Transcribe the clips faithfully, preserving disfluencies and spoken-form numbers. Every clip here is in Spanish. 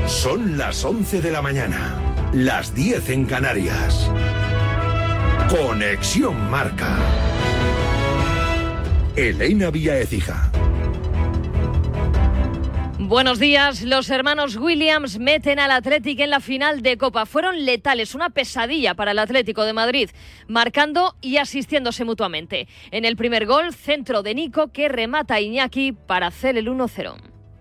Son las once de la mañana, las diez en Canarias. Conexión Marca. Elena Vía Écija. Buenos días. Los hermanos Williams meten al Athletic en la final de Copa. Fueron letales, una pesadilla para el Atlético de Madrid, marcando y asistiéndose mutuamente. En el primer gol, centro de Nico, que remata a Iñaki para hacer el uno cero.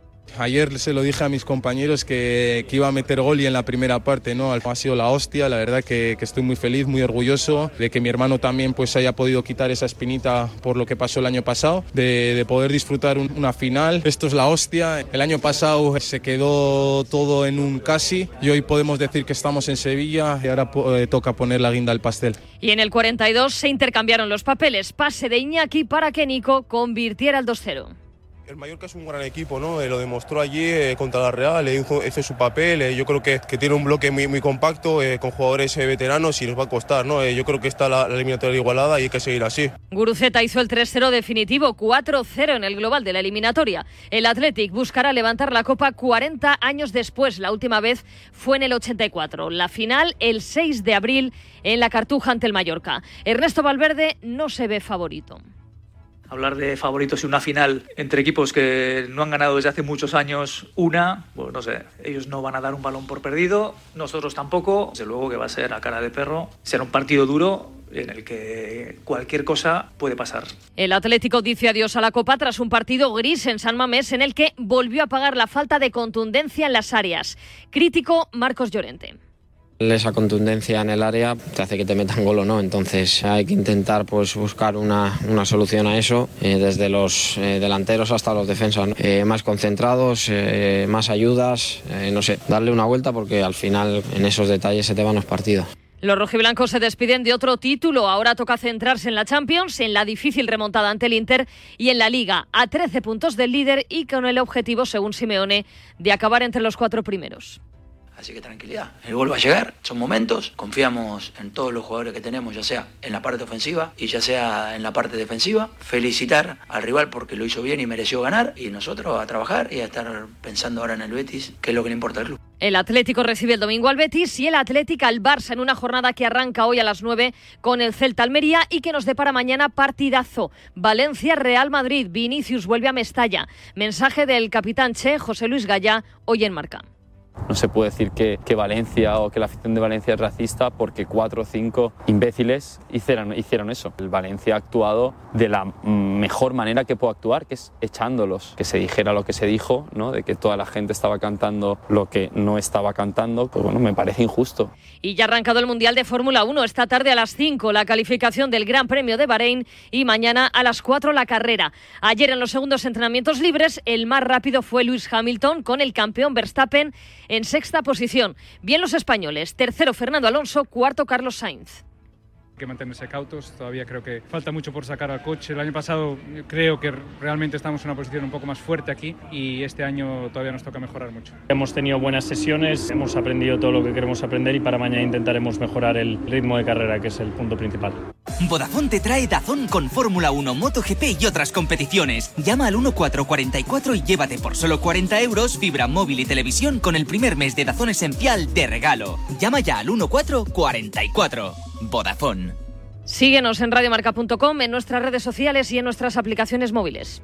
Ayer se lo dije a mis compañeros que, que iba a meter gol y en la primera parte, ¿no? Ha sido la hostia, la verdad que, que estoy muy feliz, muy orgulloso de que mi hermano también pues haya podido quitar esa espinita por lo que pasó el año pasado, de, de poder disfrutar un, una final. Esto es la hostia. El año pasado se quedó todo en un casi y hoy podemos decir que estamos en Sevilla y ahora eh, toca poner la guinda al pastel. Y en el cuarenta y dos se intercambiaron los papeles. Pase de Iñaki para que Nico convirtiera el dos cero. El Mallorca es un gran equipo, ¿no? Eh, lo demostró allí eh, contra la Real, eh, hizo, hizo su papel. Eh, yo creo que, que tiene un bloque muy, muy compacto eh, con jugadores eh, veteranos y nos va a costar, ¿no? Eh, yo creo que está la, la eliminatoria igualada y hay que seguir así. Guruceta hizo el tres cero definitivo, cuatro cero en el global de la eliminatoria. El Athletic buscará levantar la Copa cuarenta años después. La última vez fue en el ochenta y cuatro. La final el seis de abril en la Cartuja ante el Mallorca. Ernesto Valverde no se ve favorito. Hablar de favoritos y una final entre equipos que no han ganado desde hace muchos años una, pues no sé, ellos no van a dar un balón por perdido, nosotros tampoco, desde luego que va a ser a cara de perro, será un partido duro en el que cualquier cosa puede pasar. El Atlético dice adiós a la Copa tras un partido gris en San Mamés en el que volvió a pagar la falta de contundencia en las áreas. Crítico Marcos Llorente. Esa contundencia en el área te hace que te metan gol o no, entonces hay que intentar pues buscar una, una solución a eso, eh, desde los eh, delanteros hasta los defensas, ¿no? eh, más concentrados, eh, más ayudas, eh, no sé, darle una vuelta porque al final en esos detalles se te van los partidos. Los rojiblancos se despiden de otro título. Ahora toca centrarse en la Champions, en la difícil remontada ante el Inter y en la Liga, a trece puntos del líder y con el objetivo, según Simeone, de acabar entre los cuatro primeros. Así que tranquilidad, el gol va a llegar, son momentos, confiamos en todos los jugadores que tenemos, ya sea en la parte ofensiva y ya sea en la parte defensiva. Felicitar al rival porque lo hizo bien y mereció ganar, y nosotros a trabajar y a estar pensando ahora en el Betis, que es lo que le importa al club. El Atlético recibe el domingo al Betis y el Atlético al Barça en una jornada que arranca hoy a las nueve con el Celta Almería y que nos depara mañana partidazo. Valencia-Real Madrid, Vinicius vuelve a Mestalla. Mensaje del capitán Che, José Luis Gallá, hoy en Marca. No se puede decir que, que Valencia o que la afición de Valencia es racista porque cuatro o cinco imbéciles hicieron, hicieron eso. El Valencia ha actuado de la mejor manera que puede actuar, que es echándolos. Que se dijera lo que se dijo, ¿no? De que toda la gente estaba cantando lo que no estaba cantando, pues bueno, me parece injusto. Y ya ha arrancado el Mundial de Fórmula uno. Esta tarde a las cinco la calificación del Gran Premio de Bahrein y mañana a las cuatro la carrera. Ayer en los segundos entrenamientos libres el más rápido fue Lewis Hamilton con el campeón Verstappen en sexta posición. Bien los españoles. Tercero Fernando Alonso, cuarto Carlos Sainz. Hay que mantenerse cautos, todavía creo que falta mucho por sacar al coche. El año pasado creo que realmente estamos en una posición un poco más fuerte aquí y este año todavía nos toca mejorar mucho. Hemos tenido buenas sesiones, hemos aprendido todo lo que queremos aprender y para mañana intentaremos mejorar el ritmo de carrera, que es el punto principal. Vodafone te trae DAZN con Fórmula uno, MotoGP y otras competiciones. Llama al uno cuatro cuatro cuatro y llévate por solo cuarenta euros fibra móvil y televisión con el primer mes de DAZN Esencial de regalo. Llama ya al uno cuatro cuatro cuatro. Vodafone. Síguenos en radiomarca punto com, en nuestras redes sociales y en nuestras aplicaciones móviles.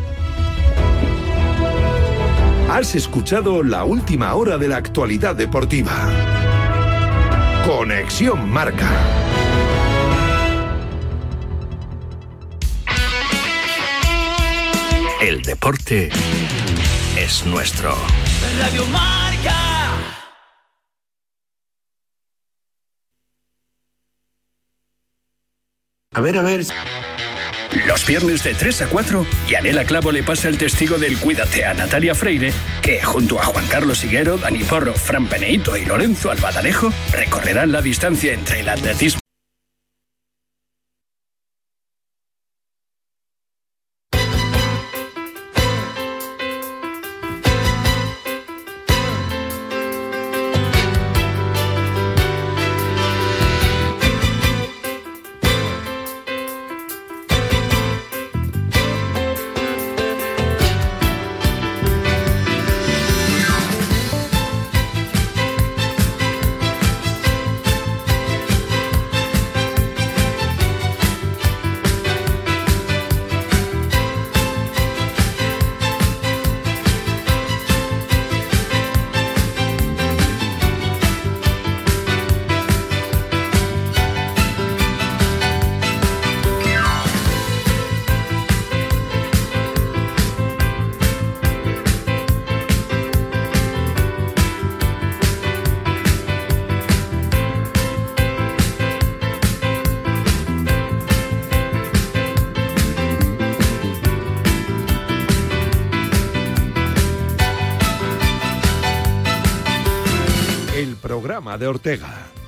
Has escuchado la última hora de la actualidad deportiva. Conexión Marca. El deporte es nuestro. Radio Marca. A ver, a ver. Los viernes de tres a cuatro, Yanela Clavo le pasa el testigo del Cuídate a Natalia Freire, que junto a Juan Carlos Higuero, Dani Porro, Fran Peneito y Lorenzo Albadalejo recorrerán la distancia entre el atletismo. programa de Ortega.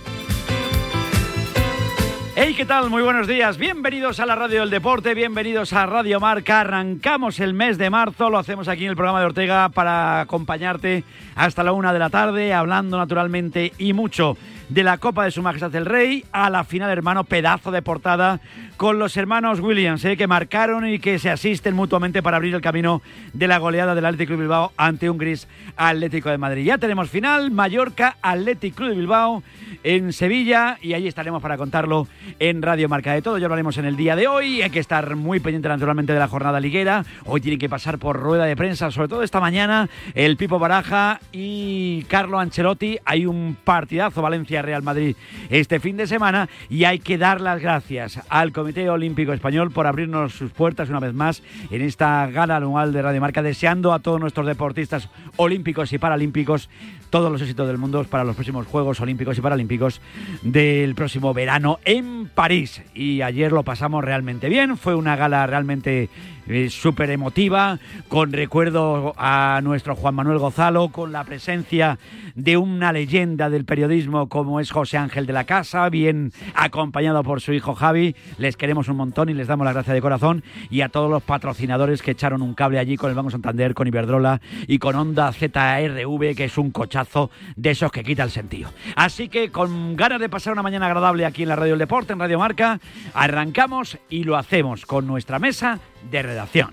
Hey, ¿qué tal? Muy buenos días. Bienvenidos a la Radio del Deporte, bienvenidos a Radio Marca. Arrancamos el mes de marzo, lo hacemos aquí en el programa de Ortega para acompañarte hasta la una de la tarde, hablando naturalmente y mucho de la Copa de Su Majestad el Rey, a la final, hermano, pedazo de portada con los hermanos Williams, eh, que marcaron y que se asisten mutuamente para abrir el camino de la goleada del Athletic Club de Bilbao ante un gris Atlético de Madrid. Ya tenemos final, Mallorca, Athletic Club de Bilbao en Sevilla, y ahí estaremos para contarlo en Radio Marca. De todo ya hablaremos en el día de hoy. Hay que estar muy pendiente naturalmente de la jornada liguera. Hoy tiene que pasar por rueda de prensa, sobre todo esta mañana, el Pipo Baraja y Carlo Ancelotti. Hay un partidazo Valencia-Real Madrid este fin de semana, y hay que dar las gracias al Comité Olímpico Español por abrirnos sus puertas una vez más en esta gala anual de Radio Marca, deseando a todos nuestros deportistas olímpicos y paralímpicos todos los éxitos del mundo para los próximos Juegos Olímpicos y Paralímpicos del próximo verano en París. Y ayer lo pasamos realmente bien, fue una gala realmente eh, súper emotiva, con recuerdo a nuestro Juan Manuel Gonzalo, con la presencia de una leyenda del periodismo como es José Ángel de la Casa, bien acompañado por su hijo Javi. Les queremos un montón y les damos las gracias de corazón, y a todos los patrocinadores que echaron un cable allí con el Banco Santander, con Iberdrola y con Honda Z R V, que es un cochazo de esos que quita el sentido. Así que con ganas de pasar una mañana agradable aquí en la Radio del Deporte, en Radio Marca, arrancamos y lo hacemos con nuestra mesa de redacción.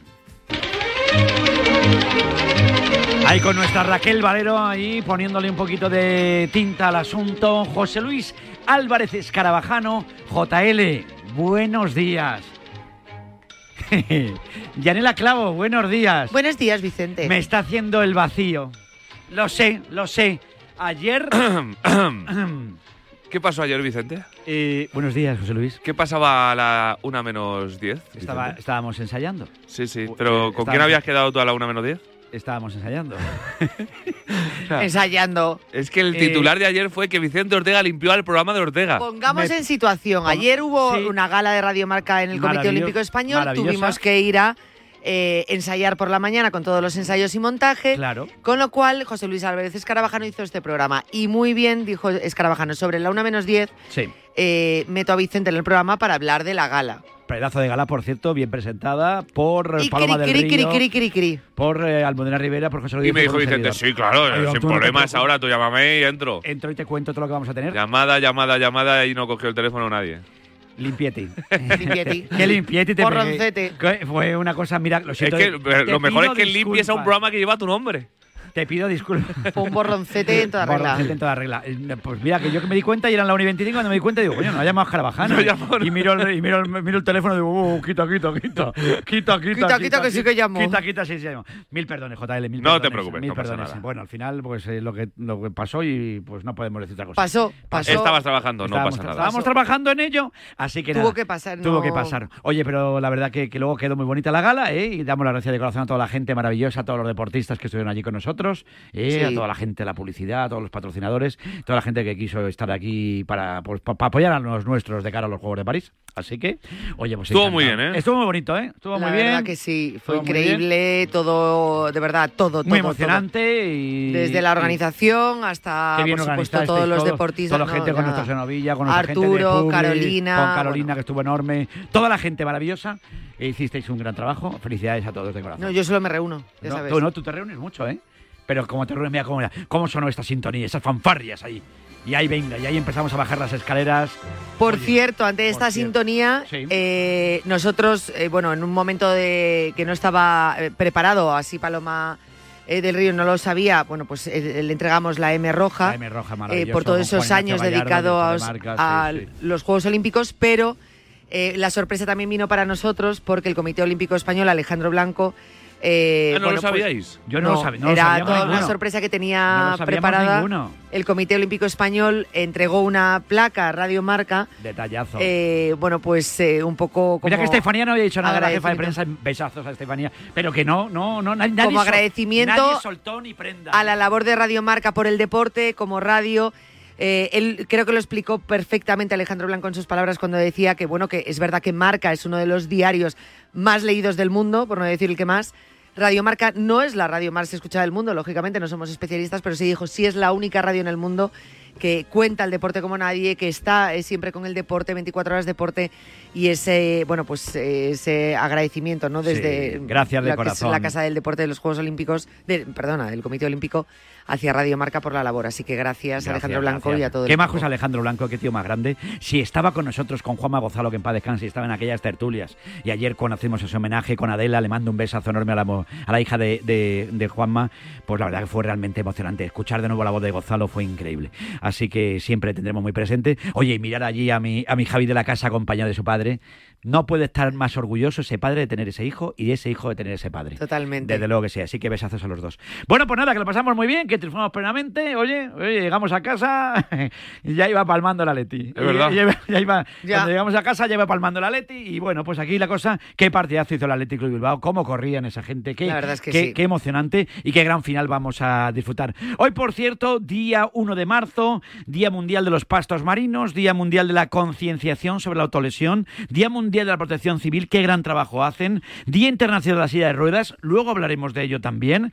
Ahí con nuestra Raquel Valero, ahí poniéndole un poquito de tinta al asunto. José Luis Álvarez Escarabajano, J L, buenos días. Yanela Clavo, buenos días. Buenos días, Vicente. Me está haciendo el vacío. Lo sé, lo sé. Ayer... ¿Qué pasó ayer, Vicente? Eh, buenos días, José Luis. ¿Qué pasaba a la una menos diez? Estaba, estábamos ensayando. Sí, sí. ¿Pero con quién habías quedado tú a la una menos diez? Estábamos ensayando. O sea, ensayando. Es que el titular eh, de ayer fue que Vicente Ortega limpió al programa de Ortega. Pongamos Me, en situación. Ayer hubo sí, una gala de Radio Marca en el Comité Olímpico Español. Tuvimos que ir a eh, ensayar por la mañana con todos los ensayos y montaje. Claro. Con lo cual, José Luis Álvarez Escarabajano hizo este programa. Y muy bien, dijo Escarabajano, sobre la una menos diez, sí. eh, meto a Vicente en el programa para hablar de la gala. Pedazo de gala, por cierto, bien presentada por y Paloma cri, del cri, Río, cri, cri, cri. por eh, Almudena Rivera, por José Luis. Y me dijo Vicente, sí, claro, Ay, sin problemas no ahora, tú llámame y entro. Entro y te cuento todo lo que vamos a tener. Llamada, llamada, llamada, y no cogió el teléfono nadie. Limpieti. Limpieti. ¿Qué limpieti te Borroncete. pegué? Fue una cosa, mira, lo siento. Es que te, lo te mejor es que disculpas. limpies a un programa que lleva tu nombre. Te pido disculpas. Fue un borroncete en toda regla. Borroncete en toda regla. Pues mira, que yo que me di cuenta y eran la una y veinticinco, cuando me di cuenta digo, coño, no ha llamado a Escarabajano. No llamó, no. Y miro el, y miro el, miro el teléfono y digo, uh, quita, quita, quita. Quita, quita, quita. Quita, que sí que llamó. Quita, quita, sí, sí llamó. Mil perdones, J L, mil no perdones. te preocupes, mil no pasa perdones. nada. Bueno, al final, pues eh, lo, que, lo que pasó y pues no podemos decir otra cosa. Pasó, pasó. Estabas trabajando, estábamos, no pasa nada. Estábamos trabajando en ello, así que Tuvo nada. que pasar, no. Tuvo que pasar. Oye, pero la verdad que, que luego quedó muy bonita la gala, ¿eh? Y damos las gracias de corazón a toda la gente maravillosa, a todos los deportistas que estuvieron allí con nosotros, ¿eh? Sí. A toda la gente de la publicidad, a todos los patrocinadores, toda la gente que quiso estar aquí para, pues, para apoyar a los nuestros de cara a los Juegos de París. Así que, oye, pues estuvo encantado. muy bien, ¿eh? Estuvo muy bonito, ¿eh? Estuvo la muy bien. La verdad que sí, fue estuvo increíble, todo, de verdad, todo, todo. Muy emocionante. Todo. Y, desde la organización hasta, por supuesto, todos los todos, deportistas. Toda la gente no, con nada. nuestra Senovilla, con nuestra Arturo, gente de Publi, Carolina. Con Carolina, bueno. que estuvo enorme. Toda la gente maravillosa. Hicisteis un gran trabajo. Felicidades a todos de corazón. No, yo solo me reúno, ya no, sabes. Tú no, tú te reúnes mucho, ¿eh? Pero como te reúnes, mira cómo, cómo sonó esta sintonía, esas fanfarrias ahí. Y ahí venga, y ahí empezamos a bajar las escaleras. Por Oye, cierto, ante por esta cierto. sintonía, sí. eh, nosotros, eh, bueno, en un momento de que no estaba eh, preparado, así Paloma eh, del Río no lo sabía, bueno, pues eh, le entregamos la M Roja, la M Roja eh, por todos esos años dedicados de marcas, a sí, sí. los Juegos Olímpicos, pero eh, la sorpresa también vino para nosotros porque el Comité Olímpico Español, Alejandro Blanco, Eh, ah, ¿no bueno, lo sabíais? Pues, Yo no, no lo sabía. No era lo toda ninguno. una sorpresa que tenía no preparada. Ninguno. El Comité Olímpico Español entregó una placa a Radio Marca. Detallazo. Eh, bueno, pues eh, un poco como. Mira que Estefanía no había dicho nada a la jefa de prensa. Besazos a Estefanía. Pero que no, no, no. Nadie como sol, agradecimiento nadie soltó ni prenda. A la labor de Radio Marca por el deporte, como radio. Eh, él creo que lo explicó perfectamente Alejandro Blanco en sus palabras cuando decía que, bueno, que es verdad que Marca es uno de los diarios más leídos del mundo, por no decir el que más. Radio Marca no es la radio más escuchada del mundo, lógicamente no somos especialistas, pero sí dijo, sí es la única radio en el mundo que cuenta el deporte como nadie, que está eh, siempre con el deporte, veinticuatro horas deporte, y ese, bueno, pues ese agradecimiento, ¿no? Desde sí, gracias de la, corazón. la Casa del Deporte de los Juegos Olímpicos, de, perdona, del Comité Olímpico, hacia Radio Marca por la labor. Así que gracias, gracias Alejandro Blanco gracias. y a todos. Qué majo es Alejandro Blanco, qué tío más grande. Si estaba con nosotros, con Juanma Gonzalo, que en paz descanse, estaba en aquellas tertulias. Y ayer cuando hacemos ese homenaje con Adela, le mando un besazo enorme a la, a la hija de, de, de Juanma, pues la verdad que fue realmente emocionante. Escuchar de nuevo la voz de Gonzalo fue increíble. Así que siempre tendremos muy presente. Oye, y mirar allí a mi, a mi Javi de la casa acompañado de su padre. No puede estar más orgulloso ese padre de tener ese hijo y ese hijo de tener ese padre. Totalmente. Desde luego que sí, así que besazos a los dos. Bueno, pues nada, que lo pasamos muy bien, que triunfamos plenamente. Oye, oye, llegamos a casa y ya iba palmando la Leti. Es verdad. Ya, ya, ya iba, ya. Cuando llegamos a casa ya iba palmando la Leti y bueno, pues aquí la cosa, qué partidazo hizo el Athletic Club Bilbao, cómo corrían esa gente, qué, la verdad es que qué, sí. qué emocionante y qué gran final vamos a disfrutar. Hoy, por cierto, día uno de marzo, Día Mundial de los Pastos Marinos, Día Mundial de la Concienciación sobre la Autolesión, Día Mundial de la Protección Civil, qué gran trabajo hacen, Día Internacional de la Silla de Ruedas, luego hablaremos de ello también,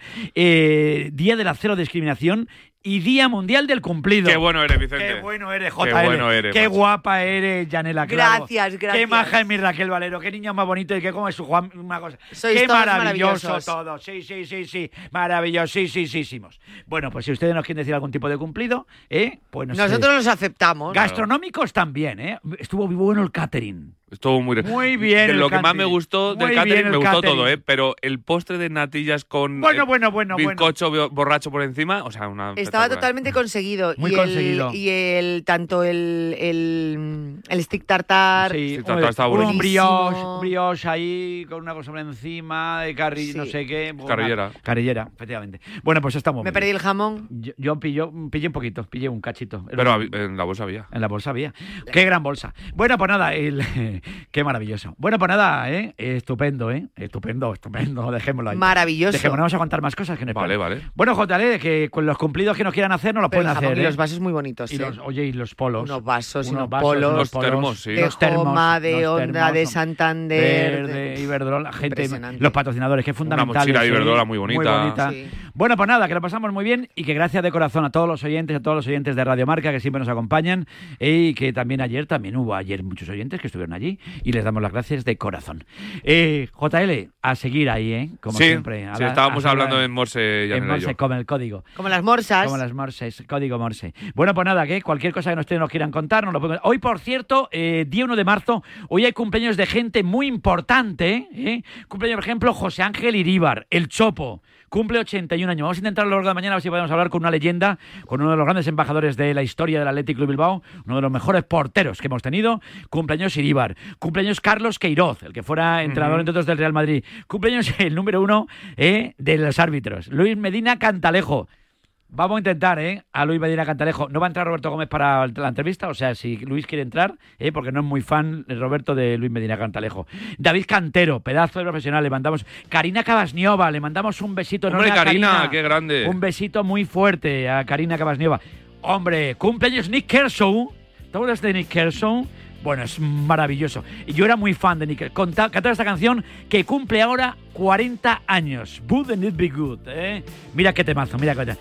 eh, Día de la Cero Discriminación y Día Mundial del Cumplido. Qué bueno eres, Vicente. Qué bueno eres, J L. Qué bueno eres. Qué macho. guapa eres, Yanela Clavo. Gracias, gracias. Qué maja es mi Raquel Valero. Qué niño más bonito y qué como es su Juan. Una cosa. Sois qué todos maravilloso maravillosos. todo. Sí, sí, sí, sí. Maravillosísimos. Bueno, pues si ustedes nos quieren decir algún tipo de cumplido, ¿eh? Pues no sé. Nosotros los aceptamos. Gastronómicos también, ¿eh? Estuvo muy bueno el catering. Estuvo muy Muy bien. De el lo que más catering. me gustó del Muy catering, bien el me gustó catering. todo, ¿eh? Pero el postre de natillas con Bueno, eh, bueno, bueno, bueno. bizcocho bo- borracho por encima, o sea, una Estaba espectacular. totalmente conseguido. Muy y conseguido. El, y el tanto el, el, el stick tartar. Sí, Sí, tartar estaba un buenísimo. brioche, un brioche ahí con una cosa por encima de carri, Sí. no sé qué. Carrillera. Carrillera, efectivamente. Bueno, pues estamos. Me bien. perdí el jamón. Yo, yo pillo, pillé un poquito, pillé un cachito. Pero hab- en la bolsa había. En la bolsa había. Qué gran bolsa. Bueno, pues nada, el, qué maravilloso. Bueno, pues nada, ¿eh? Estupendo, ¿eh? Estupendo, estupendo. Dejémoslo ahí. Maravilloso. Dejémoslo, vamos a contar más cosas que no es Vale, plan. vale. Bueno, J L, que con los cumplidos que nos quieran hacer, nos los Pero pueden el jamón hacer. y ¿eh? los vasos muy bonitos. Y ¿eh? los, oye, y los polos. Unos vasos y Unos unos vasos, polos. unos Los termos, sí. De Los termos, Joma, de los Onda, termos, de son Santander. Verde, Iberdrola, gente, Impresionante. los patrocinadores, que fundamentales. mochila de ¿eh? Iberdrola muy bonita. bonita. Sí. Bueno, pues nada, que lo pasamos muy bien y que gracias de corazón a todos los oyentes, a todos los oyentes de Radio Marca que siempre nos acompañan y que también ayer, también hubo ayer muchos oyentes que estuvieron allí y les damos las gracias de corazón. Eh, J L, a seguir ahí, ¿eh? Como sí, siempre. A sí, la- estábamos a- hablando en Morse, en Yanela y Morse, yo. con el código. Como las morsas. Como las Morses, código Morse. Bueno, pues nada, que cualquier cosa que ustedes nos quieran contar, nos lo pueden... Hoy, por cierto, eh, día uno de marzo, hoy hay cumpleaños de gente muy importante, ¿eh? Cumpleaños, por ejemplo, José Ángel Iríbar, el Chopo. Cumple ochenta y un años. Vamos a intentar a lo largo de la mañana a ver si podemos hablar con una leyenda, con uno de los grandes embajadores de la historia del Athletic Club Bilbao, uno de los mejores porteros que hemos tenido. Cumpleaños Iríbar. Cumpleaños Carlos Queiroz, el que fuera entrenador, uh-huh. entre otros, del Real Madrid. Cumpleaños el número uno eh, de los árbitros, Luis Medina Cantalejo. Vamos a intentar, ¿eh? A Luis Medina Cantalejo. No va a entrar Roberto Gómez para la entrevista, o sea, si Luis quiere entrar, ¿eh? Porque no es muy fan de Roberto de Luis Medina Cantalejo. David Cantero, pedazo de profesional, le mandamos. Karina Cabasniova, le mandamos un besito enorme. Hombre, a Karina, Karina, qué grande. Un besito muy fuerte a Karina Cabasniova. Hombre, cumpleaños Nick Kershaw. ¿Te acuerdas de Nick Kershaw? Bueno, es maravilloso. Y yo era muy fan de Nick Kershaw. Cantaba esta canción que cumple ahora cuarenta años. Wouldn't it be good, ¿eh? Mira qué temazo, mira qué temazo.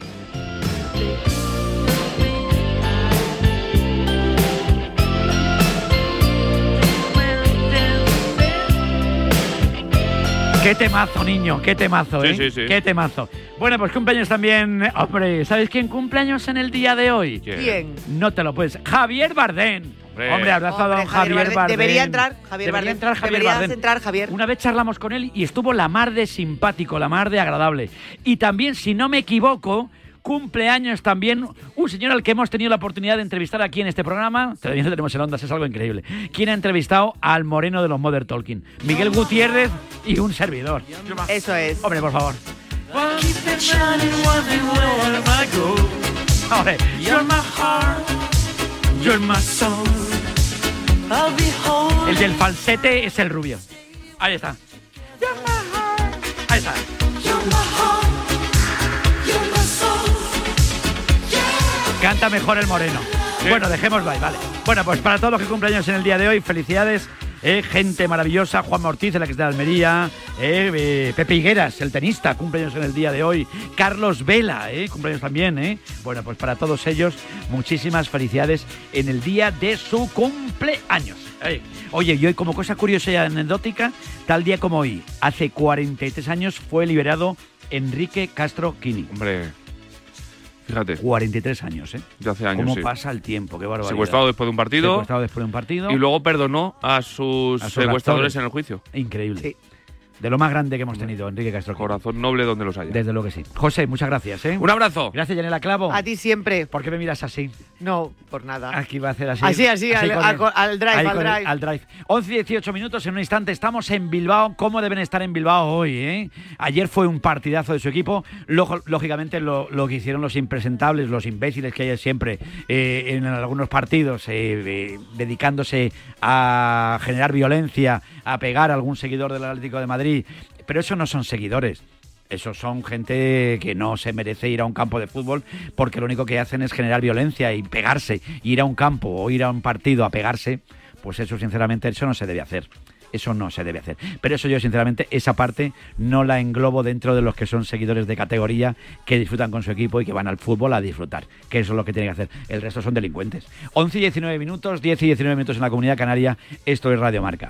Qué temazo, niño, qué temazo, ¿eh? Sí, sí, sí. Qué temazo. Bueno, pues cumpleaños también. Hombre, ¿sabes quién cumpleaños en el día de hoy? ¿Quién? ¿Quién? No te lo puedes. Javier Bardem. Hombre, Hombre abrazo a don Hombre, Javier, Javier Bardem. Bardem. Debería entrar Javier Debería Bardem. entrar Javier Deberías Bardem. entrar, Javier. Una vez charlamos con él y estuvo la mar de simpático, la mar de agradable. Y también, si no me equivoco, cumpleaños también un señor al que hemos tenido la oportunidad de entrevistar aquí en este programa. Todavía no tenemos en Ondas, es algo increíble. ¿Quién ha entrevistado al moreno de los Modern Talking? Miguel Gutiérrez y un servidor. Eso es. Hombre, por favor. Hombre. You're my heart, you're my soul. El del falsete es el rubio. Ahí está. Ahí está. Canta mejor el moreno. ¿Sí? Bueno, dejémoslo ahí, vale. Bueno, pues para todos los que cumplen años en el día de hoy, felicidades eh, gente maravillosa, Juan Ortiz, el ex de Almería, eh, eh, Pepe Higueras, el tenista, cumpleaños en el día de hoy, Carlos Vela, eh, cumpleaños también, eh. Bueno, pues para todos ellos, muchísimas felicidades en el día de su cumpleaños. Eh. Oye, y hoy como cosa curiosa y anecdótica, tal día como hoy, hace cuarenta y tres años fue liberado Enrique Castro Quini. Hombre, fíjate. cuarenta y tres años, ¿eh? De hace años, ¿Cómo sí. pasa el tiempo? Qué barbaridad. Secuestrado después de un partido. Secuestrado después de un partido. Y luego perdonó a sus, A sus secuestradores raptores. en el juicio. Increíble. Sí. De lo más grande que hemos tenido, Enrique Castro Quini. Corazón noble donde los haya. Desde luego que sí. José, muchas gracias, ¿eh? Un abrazo. Gracias, Yanela Clavo. A ti siempre. ¿Por qué me miras así? No, por nada. Aquí va a hacer así. Así, así, al, con al- el- al drive, ahí al con el- drive. al drive. once y dieciocho minutos, en un instante estamos en Bilbao. ¿Cómo deben estar en Bilbao hoy, eh? Ayer fue un partidazo de su equipo. Lojo- lógicamente, lo, lo que hicieron los impresentables, los imbéciles que hay siempre eh, en algunos partidos, eh, eh, dedicándose a generar violencia, a pegar a algún seguidor del Atlético de Madrid. Pero eso no son seguidores. Esos son gente que no se merece ir a un campo de fútbol porque lo único que hacen es generar violencia y pegarse. Ir a un campo o ir a un partido a pegarse, pues eso sinceramente eso no se debe hacer. Eso no se debe hacer. Pero eso yo sinceramente esa parte no la englobo dentro de los que son seguidores de categoría que disfrutan con su equipo y que van al fútbol a disfrutar. Que eso es lo que tienen que hacer. El resto son delincuentes. once y diecinueve minutos, diez y diecinueve minutos en la Comunidad Canaria. Esto es Radio Marca.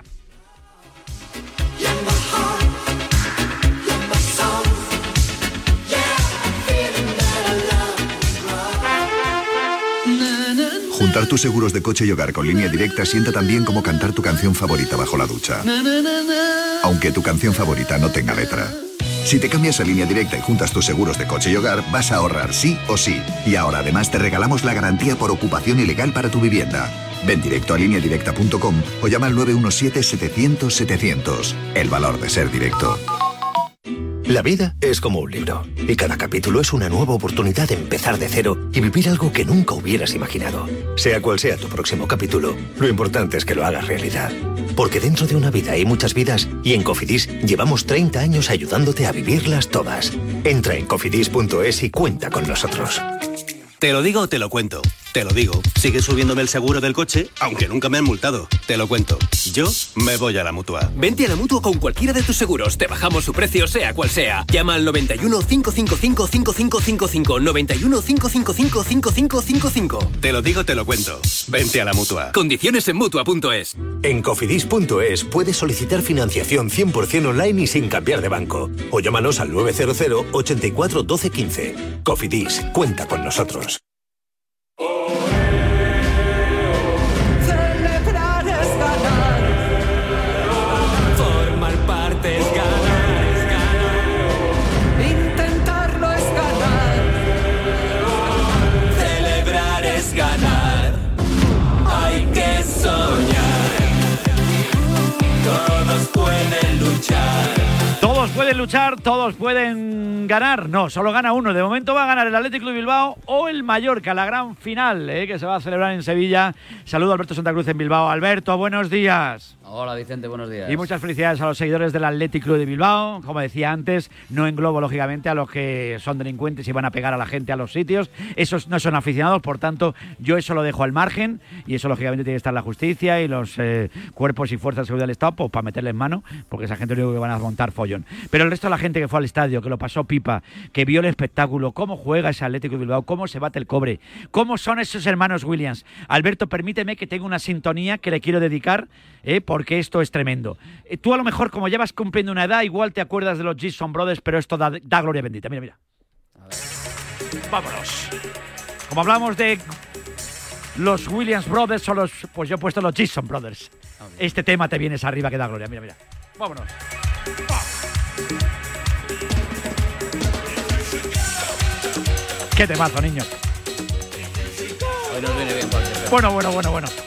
Juntar tus seguros de coche y hogar con Línea Directa sienta tan bien como cantar tu canción favorita bajo la ducha. Aunque tu canción favorita no tenga letra. Si te cambias a Línea Directa y juntas tus seguros de coche y hogar, vas a ahorrar sí o sí. Y ahora además te regalamos la garantía por ocupación ilegal para tu vivienda. Ven directo a línea directa punto com o llama al nueve uno siete, setecientos, setecientos. El valor de ser directo. La vida es como un libro, y cada capítulo es una nueva oportunidad de empezar de cero y vivir algo que nunca hubieras imaginado. Sea cual sea tu próximo capítulo, lo importante es que lo hagas realidad. Porque dentro de una vida hay muchas vidas, y en Cofidis llevamos treinta años ayudándote a vivirlas todas. Entra en cofidis punto es y cuenta con nosotros. Te lo digo o te lo cuento. Te lo digo. Sigue subiéndome el seguro del coche, aunque nunca me han multado. Te lo cuento. Yo me voy a la Mutua. Vente a la Mutua con cualquiera de tus seguros. Te bajamos su precio, sea cual sea. Llama al noventa y uno, cinco cinco cinco, cinco cinco cinco cinco. noventa y uno, cinco cinco cinco, cinco cinco cinco cinco. Te lo digo, te lo cuento. Vente a la Mutua. Condiciones en Mutua punto es. En cofidis punto es puedes solicitar financiación cien por ciento online y sin cambiar de banco. O llámanos al nueve cero cero, ochenta y cuatro, doce, quince. Cofidis, cuenta con nosotros. Celebrar es ganar. Formar parte es ganar, es ganar. Intentarlo es ganar. Celebrar es ganar. Hay que soñar. Todos pueden luchar. Todos pueden luchar, todos pueden ganar. No, solo gana uno. De momento va a ganar el Athletic Club de Bilbao o el Mallorca, la gran final eh, que se va a celebrar en Sevilla. Saludo a Alberto Santa Cruz en Bilbao. Alberto, buenos días. Hola Vicente, buenos días. Y muchas felicidades a los seguidores del Athletic Club de Bilbao. Como decía antes, no englobo lógicamente a los que son delincuentes y van a pegar a la gente a los sitios. Esos no son aficionados, por tanto, yo eso lo dejo al margen y eso lógicamente tiene que estar la justicia y los eh, cuerpos y fuerzas de seguridad del Estado pues, para meterle en mano, porque esa gente lo único que van a montar follón. Pero el resto de la gente que fue al estadio, que lo pasó pipa, que vio el espectáculo, cómo juega ese Athletic Club de Bilbao, cómo se bate el cobre, cómo son esos hermanos Williams. Alberto, permíteme que tenga una sintonía que le quiero dedicar, eh, porque esto es tremendo. Eh, tú a lo mejor, como llevas cumpliendo una edad, igual te acuerdas de los Gibson Brothers, pero esto da, da gloria bendita. Mira, mira. Vámonos. Como hablamos de los Williams Brothers o los, pues yo he puesto los Gibson Brothers. Okay. Este tema te vienes arriba que da gloria. Mira, mira. Vámonos. Qué temazo, niño. Hoy nos viene bien cualquier tema. Bueno, bueno, bueno, bueno.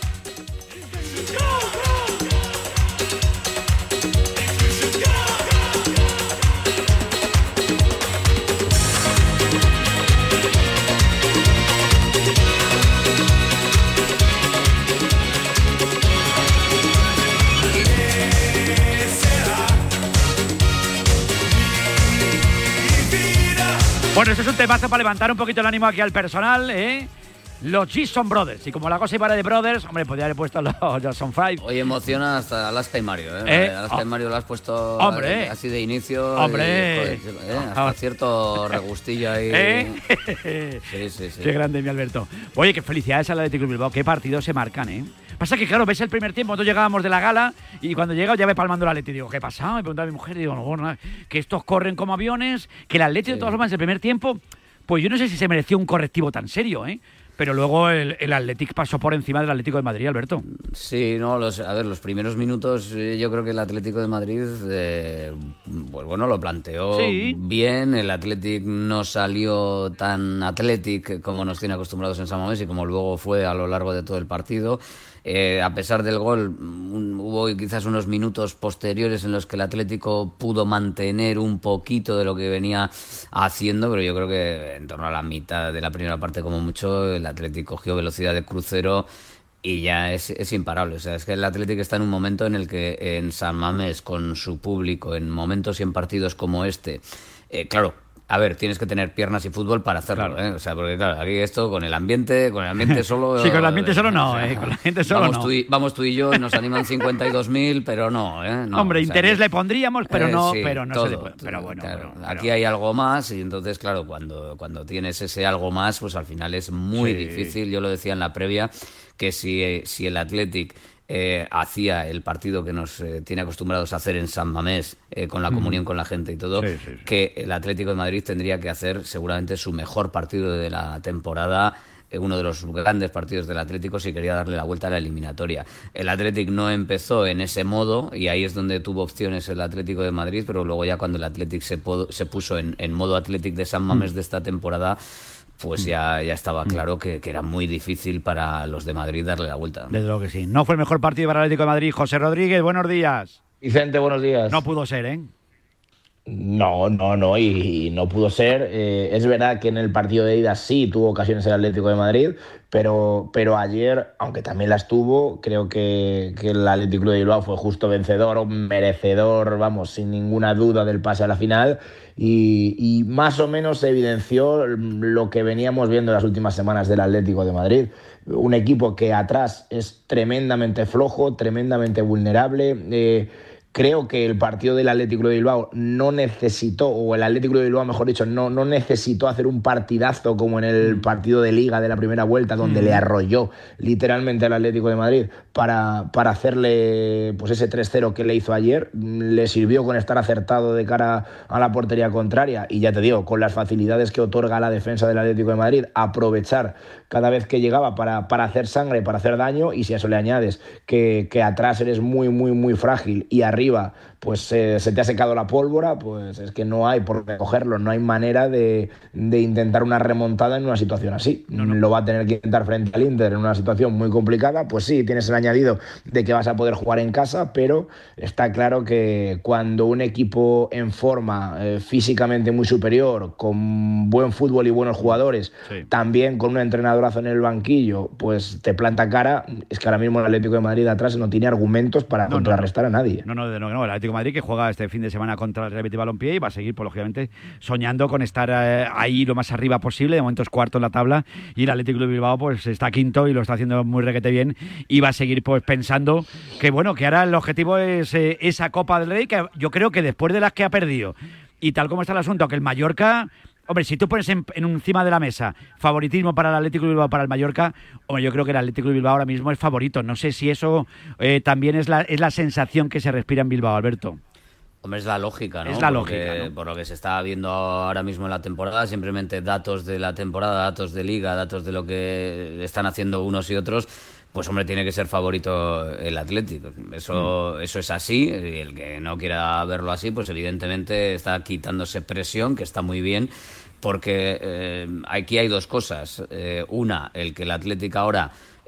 Bueno, este es un temazo para levantar un poquito el ánimo aquí al personal, ¿eh? los Jason Brothers. Y como la cosa iba de Brothers, hombre, podría haber puesto los Jason Five. Hoy emociona hasta Alaska y Mario, ¿eh? ¿Eh? Alaska Oh. y Mario lo has puesto Hombre. así de inicio. Hombre. Y, joder, ¿eh? Hasta Oh. cierto regustillo ahí. ¿Eh? Sí, sí, sí. Qué grande, mi Alberto. Oye, qué felicidades al Atlético de Bilbao. Qué partidos se marcan, ¿eh? Pasa que, claro, ves el primer tiempo, nosotros llegábamos de la gala y cuando llega ya ve palmando el Atleti. Digo, ¿qué pasa? Me preguntaba a mi mujer y digo, no, bueno, que estos corren como aviones, que el Atleti, sí. de todas formas, el primer tiempo, pues yo no sé si se mereció un correctivo tan serio, ¿eh? Pero luego el, el Athletic pasó por encima del Atlético de Madrid, Alberto. Sí, no, los, a ver, los primeros minutos eh, yo creo que el Atlético de Madrid, eh, pues bueno, lo planteó sí. bien. El Athletic no salió tan Athletic como nos tiene acostumbrados en San Mamés y como luego fue a lo largo de todo el partido. Eh, a pesar del gol, un, hubo quizás unos minutos posteriores en los que el Atlético pudo mantener un poquito de lo que venía haciendo, pero yo creo que en torno a la mitad de la primera parte como mucho el Atlético cogió velocidad de crucero y ya es, es imparable. O sea, es que el Atlético está en un momento en el que en San Mamés, con su público, en momentos y en partidos como este, eh, claro, a ver, tienes que tener piernas y fútbol para hacerlo, claro. ¿eh? O sea, porque claro, aquí esto con el ambiente, con el ambiente solo... sí, con el ambiente solo no, ¿eh? Con el ambiente solo vamos no. Tú y, vamos tú y yo, nos animan cincuenta y dos mil, pero no, ¿eh? No, Hombre, o sea, interés que... le pondríamos, pero eh, no, sí, pero no todo, se le puede. Pero bueno, claro, pero, aquí pero... hay algo más y entonces, claro, cuando, cuando tienes ese algo más, pues al final es muy sí. difícil. Yo lo decía en la previa, que si, si el Athletic... Eh, hacía el partido que nos eh, tiene acostumbrados a hacer en San Mamés, eh, con la comunión mm. con la gente y todo, sí, sí, sí. que el Atlético de Madrid tendría que hacer seguramente su mejor partido de la temporada, eh, uno de los grandes partidos del Atlético si quería darle la vuelta a la eliminatoria. El Atlético no empezó en ese modo y ahí es donde tuvo opciones el Atlético de Madrid, pero luego ya cuando el Atlético se, se puso en, en modo Atlético de San Mamés mm. de esta temporada, pues ya, ya estaba claro que, que era muy difícil para los de Madrid darle la vuelta. Desde luego que sí. No fue el mejor partido para el Atlético de Madrid. José Rodríguez, buenos días. Vicente, buenos días. No pudo ser, ¿eh? No, no, no, y, y no pudo ser. Eh, es verdad que en el partido de ida sí tuvo ocasiones el Atlético de Madrid, pero, pero ayer, aunque también las tuvo, creo que, que el Atlético de Bilbao fue justo vencedor, merecedor, vamos, sin ninguna duda del pase a la final. Y, y más o menos se evidenció lo que veníamos viendo en las últimas semanas del Atlético de Madrid. Un equipo que atrás es tremendamente flojo, tremendamente vulnerable. Eh, creo que el partido del Atlético de Bilbao no necesitó, o el Atlético de Bilbao, mejor dicho, no, no necesitó hacer un partidazo como en el partido de Liga de la primera vuelta, donde mm. le arrolló literalmente al Atlético de Madrid para, para hacerle pues ese tres cero que le hizo ayer. Le sirvió con estar acertado de cara a la portería contraria y ya te digo, con las facilidades que otorga la defensa del Atlético de Madrid, aprovechar cada vez que llegaba para, para hacer sangre, para hacer daño, y si a eso le añades que, que atrás eres muy, muy, muy frágil y arriba pues eh, se te ha secado la pólvora, pues es que no hay por qué cogerlo, no hay manera de, de intentar una remontada en una situación así. No, no. Lo va a tener que intentar frente al Inter en una situación muy complicada, pues sí, tienes el añadido de que vas a poder jugar en casa, pero está claro que cuando un equipo en forma, eh, físicamente muy superior, con buen fútbol y buenos jugadores, sí. también con un entrenadorazo en el banquillo, pues te planta cara, es que ahora mismo el Atlético de Madrid atrás no tiene argumentos para no, contrarrestar no, no. a nadie. No, no, no, no, el Atlético de Madrid que juega este fin de semana contra el Real Betis Balompié y va a seguir, pues, lógicamente, soñando con estar eh, ahí lo más arriba posible. De momento es cuarto en la tabla y el Atlético de Bilbao pues está quinto y lo está haciendo muy requete bien y va a seguir pues pensando que bueno, que ahora el objetivo es eh, esa Copa del Rey, que yo creo que después de las que ha perdido y tal como está el asunto, que el Mallorca... Hombre, si tú pones en, en encima de la mesa favoritismo para el Atlético de Bilbao, para el Mallorca, hombre, yo creo que el Atlético de Bilbao ahora mismo es favorito. No sé si eso eh, también es la, es la sensación que se respira en Bilbao, Alberto. Hombre, es la lógica, ¿no? Es la Porque, lógica, ¿no? Por lo que se está viendo ahora mismo en la temporada, simplemente datos de la temporada, datos de liga, datos de lo que están haciendo unos y otros, pues hombre, tiene que ser favorito el Atlético. Eso, mm. eso es así, y el que no quiera verlo así, pues evidentemente está quitándose presión, que está muy bien, porque eh, aquí hay dos cosas. Eh, una, el que el Atlético ahora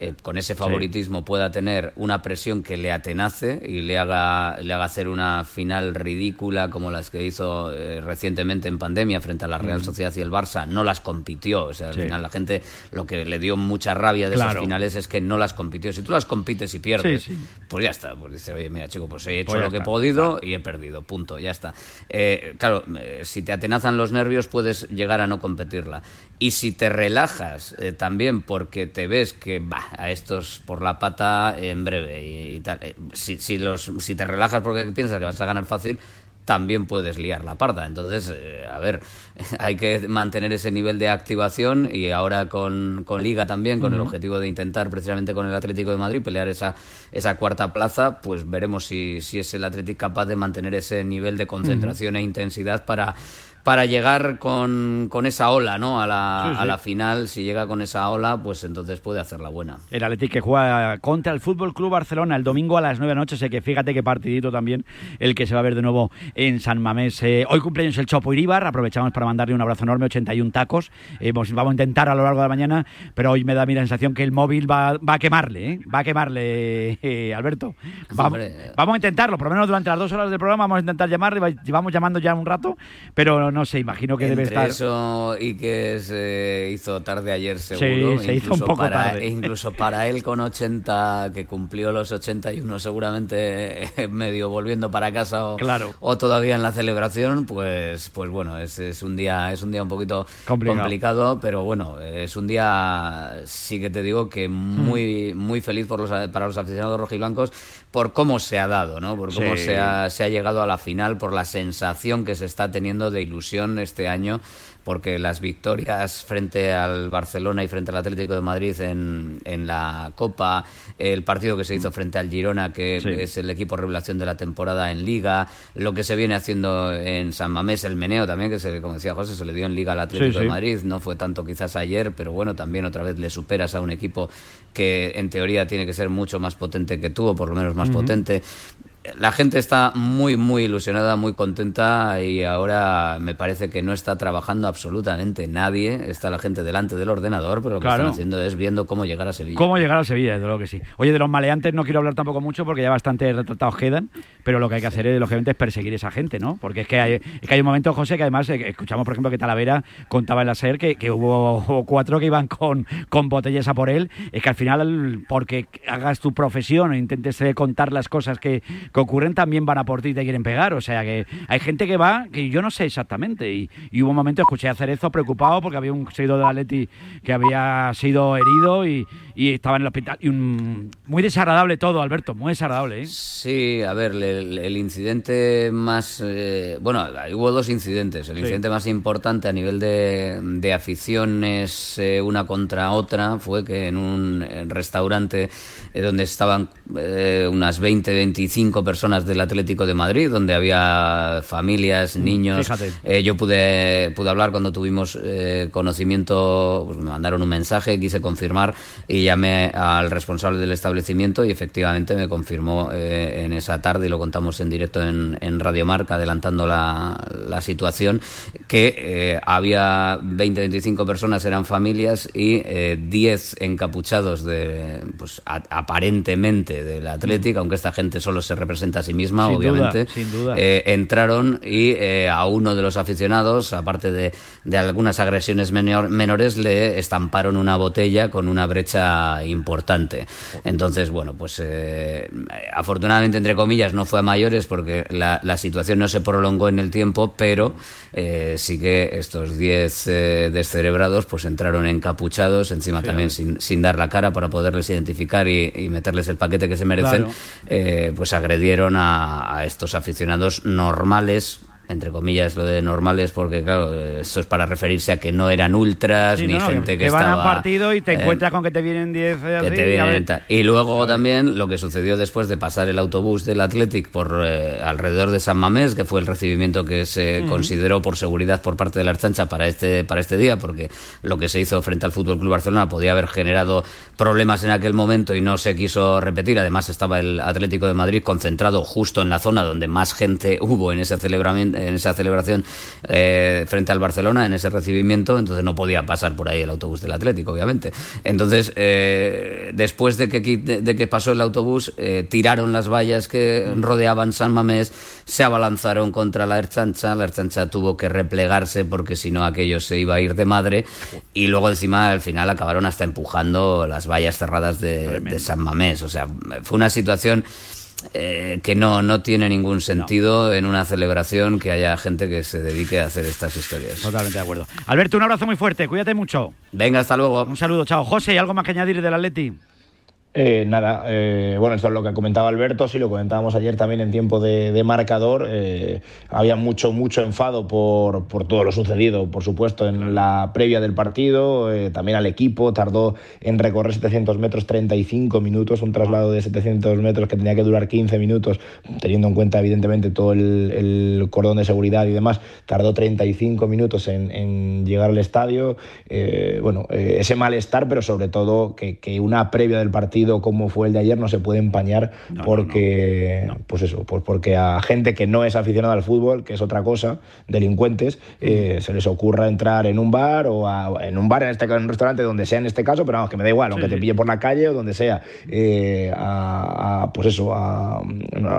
eh, con ese favoritismo sí. pueda tener una presión que le atenace y le haga, le haga hacer una final ridícula como las que hizo eh, recientemente en pandemia frente a la Real Sociedad y el Barça. No las compitió, o sea, al sí. final la gente lo que le dio mucha rabia de claro. esas finales es que no las compitió. Si tú las compites y pierdes, sí, sí. pues ya está, pues dice, oye, mira chico, pues he hecho pues lo que está. he podido y he perdido, punto, ya está. Eh, claro, eh, si te atenazan los nervios puedes llegar a no competirla. Y si te relajas eh, también porque te ves que bah, a estos por la pata en breve y, y tal, eh, si, si, los, si te relajas porque piensas que vas a ganar fácil, también puedes liar la parda. Entonces, eh, a ver, hay que mantener ese nivel de activación y ahora con, con Liga también, con uh-huh. el objetivo de intentar precisamente con el Atlético de Madrid pelear esa, esa cuarta plaza, pues veremos si, si es el Atlético capaz de mantener ese nivel de concentración uh-huh. e intensidad para... para llegar con, con esa ola, ¿no? A la, sí, sí. a la final, si llega con esa ola, pues entonces puede hacerla buena. El Atlético que juega contra el Fútbol Club Barcelona el domingo a las nueve de la noche, sé que fíjate qué partidito también el que se va a ver de nuevo en San Mamés. Eh, hoy cumpleaños el Chopo Iríbar, aprovechamos para mandarle un abrazo enorme, ochenta y uno tacos, eh, vamos a intentar a lo largo de la mañana, pero hoy me da mi sensación que el móvil va, va a quemarle, ¿eh? Va a quemarle, eh, Alberto. Va, vamos a intentarlo, por lo menos durante las dos horas del programa vamos a intentar llamarle, vamos llamando ya un rato, pero no sé, imagino que Entre debe estar... eso y que se hizo tarde ayer seguro, sí, se hizo un poco para, tarde. Incluso para él con ochenta, que cumplió los ochenta y uno seguramente medio volviendo para casa o, claro. o todavía en la celebración, pues pues bueno, es, es un día es un día un poquito complicado. complicado, pero bueno, es un día, sí que te digo que muy, muy feliz por los, para los aficionados rojiblancos por cómo se ha dado, ¿no? Por cómo sí. se ha, se ha llegado a la final, por la sensación que se está teniendo de ilusión este año, porque las victorias frente al Barcelona y frente al Atlético de Madrid en, en la Copa, el partido que se hizo frente al Girona, que sí. es el equipo revelación de la temporada en Liga, lo que se viene haciendo en San Mamés, el meneo también, que se, como decía José, se le dio en Liga al Atlético sí, sí. de Madrid, no fue tanto quizás ayer, pero bueno, también otra vez le superas a un equipo que en teoría tiene que ser mucho más potente que tú, o por lo menos más uh-huh. potente. La gente está muy, muy ilusionada, muy contenta y ahora me parece que no está trabajando absolutamente nadie. Está la gente delante del ordenador, pero lo que claro. están haciendo es viendo cómo llegar a Sevilla. Cómo llegar a Sevilla, desde luego que sí. Oye, de los maleantes no quiero hablar tampoco mucho porque ya bastante retratados quedan, pero lo que hay que hacer, es, lógicamente, es perseguir a esa gente, ¿no? Porque es que hay, es que hay un momento, José, que además eh, escuchamos, por ejemplo, que Talavera contaba en la SER que, que hubo, hubo cuatro que iban con, con botellas a por él. Es que al final, porque hagas tu profesión e intentes eh, contar las cosas que que ocurren, también van a por ti y te quieren pegar, o sea que hay gente que va, que yo no sé exactamente, y, y hubo un momento, escuché a Cerezo preocupado porque había un seguidor del Atleti que había sido herido y, y estaba en el hospital, y un, muy desagradable todo, Alberto, muy desagradable, ¿eh? Sí, a ver, el, el incidente más, eh, bueno, hubo dos incidentes, el sí. incidente más importante a nivel de, de aficiones eh, una contra otra fue que en un restaurante eh, donde estaban eh, unas veinte, veinticinco personas del Atlético de Madrid, donde había familias, niños. Eh, yo pude pude hablar cuando tuvimos eh, conocimiento, pues me mandaron un mensaje, quise confirmar y llamé al responsable del establecimiento y efectivamente me confirmó eh, en esa tarde, y lo contamos en directo en, en Radio Marca, adelantando la, la situación, que eh, había veinte, veinticinco personas, eran familias, y eh, diez encapuchados de, pues a, aparentemente del Atlético, aunque esta gente solo se representa a sí misma, sin obviamente, duda, sin duda. Eh, entraron y eh, a uno de los aficionados, aparte de, de algunas agresiones menor, menores, le estamparon una botella con una brecha importante. Entonces, bueno, pues eh, afortunadamente, entre comillas, no fue a mayores porque la, la situación no se prolongó en el tiempo, pero eh, sí que estos diez eh, descerebrados pues entraron encapuchados, encima sí, también sin, sin dar la cara para poderles identificar y, y meterles el paquete que se merecen, claro. eh, pues agredieron a, a estos aficionados normales, entre comillas lo de normales, porque claro, esto es para referirse a que no eran ultras, sí, ni no, gente que, que estaba... van a un partido y te eh, encuentras con que te vienen diez... Y, y luego también lo que sucedió después de pasar el autobús del Athletic por eh, alrededor de San Mamés, que fue el recibimiento que se uh-huh. consideró por seguridad por parte de la Ertzaintza para este, para este día, porque lo que se hizo frente al Fútbol Club Barcelona podía haber generado problemas en aquel momento y no se quiso repetir. Además estaba el Atlético de Madrid concentrado justo en la zona donde más gente hubo en ese celebramiento, en esa celebración eh, frente al Barcelona, en ese recibimiento, entonces no podía pasar por ahí el autobús del Atlético, obviamente. Entonces, eh, después de que, de, de que pasó el autobús, eh, tiraron las vallas que rodeaban San Mamés, se abalanzaron contra la Ertzaintza, la Ertzaintza tuvo que replegarse porque si no aquello se iba a ir de madre, y luego encima al final acabaron hasta empujando las vallas cerradas de, de San Mamés. O sea, fue una situación eh, que no, no tiene ningún sentido no. en una celebración que haya gente que se dedique a hacer estas historias. Totalmente de acuerdo. Alberto, un abrazo muy fuerte, cuídate mucho. Venga, hasta luego. Un saludo, chao. José, ¿algo más que añadir del Atleti? Eh, nada, eh, bueno, esto es lo que comentaba Alberto, sí, lo comentábamos ayer también en tiempo de, de marcador. Eh, había mucho, mucho enfado por, por todo lo sucedido, por supuesto, en la previa del partido. Eh, también al equipo, tardó en recorrer setecientos metros treinta y cinco minutos, un traslado de setecientos metros que tenía que durar quince minutos, teniendo en cuenta, evidentemente, todo el, el cordón de seguridad y demás. Tardó treinta y cinco minutos en, en llegar al estadio. Eh, bueno, eh, ese malestar, pero sobre todo que, que una previa del partido como fue el de ayer no se puede empañar no, porque no, no. pues eso, pues porque a gente que no es aficionada al fútbol, que es otra cosa, delincuentes, eh, se les ocurra entrar en un bar o a, en un bar, en este caso en un restaurante, donde sea en este caso, pero vamos, que me da igual, aunque sí, te pille por la calle o donde sea, eh, a, a pues eso, a, a,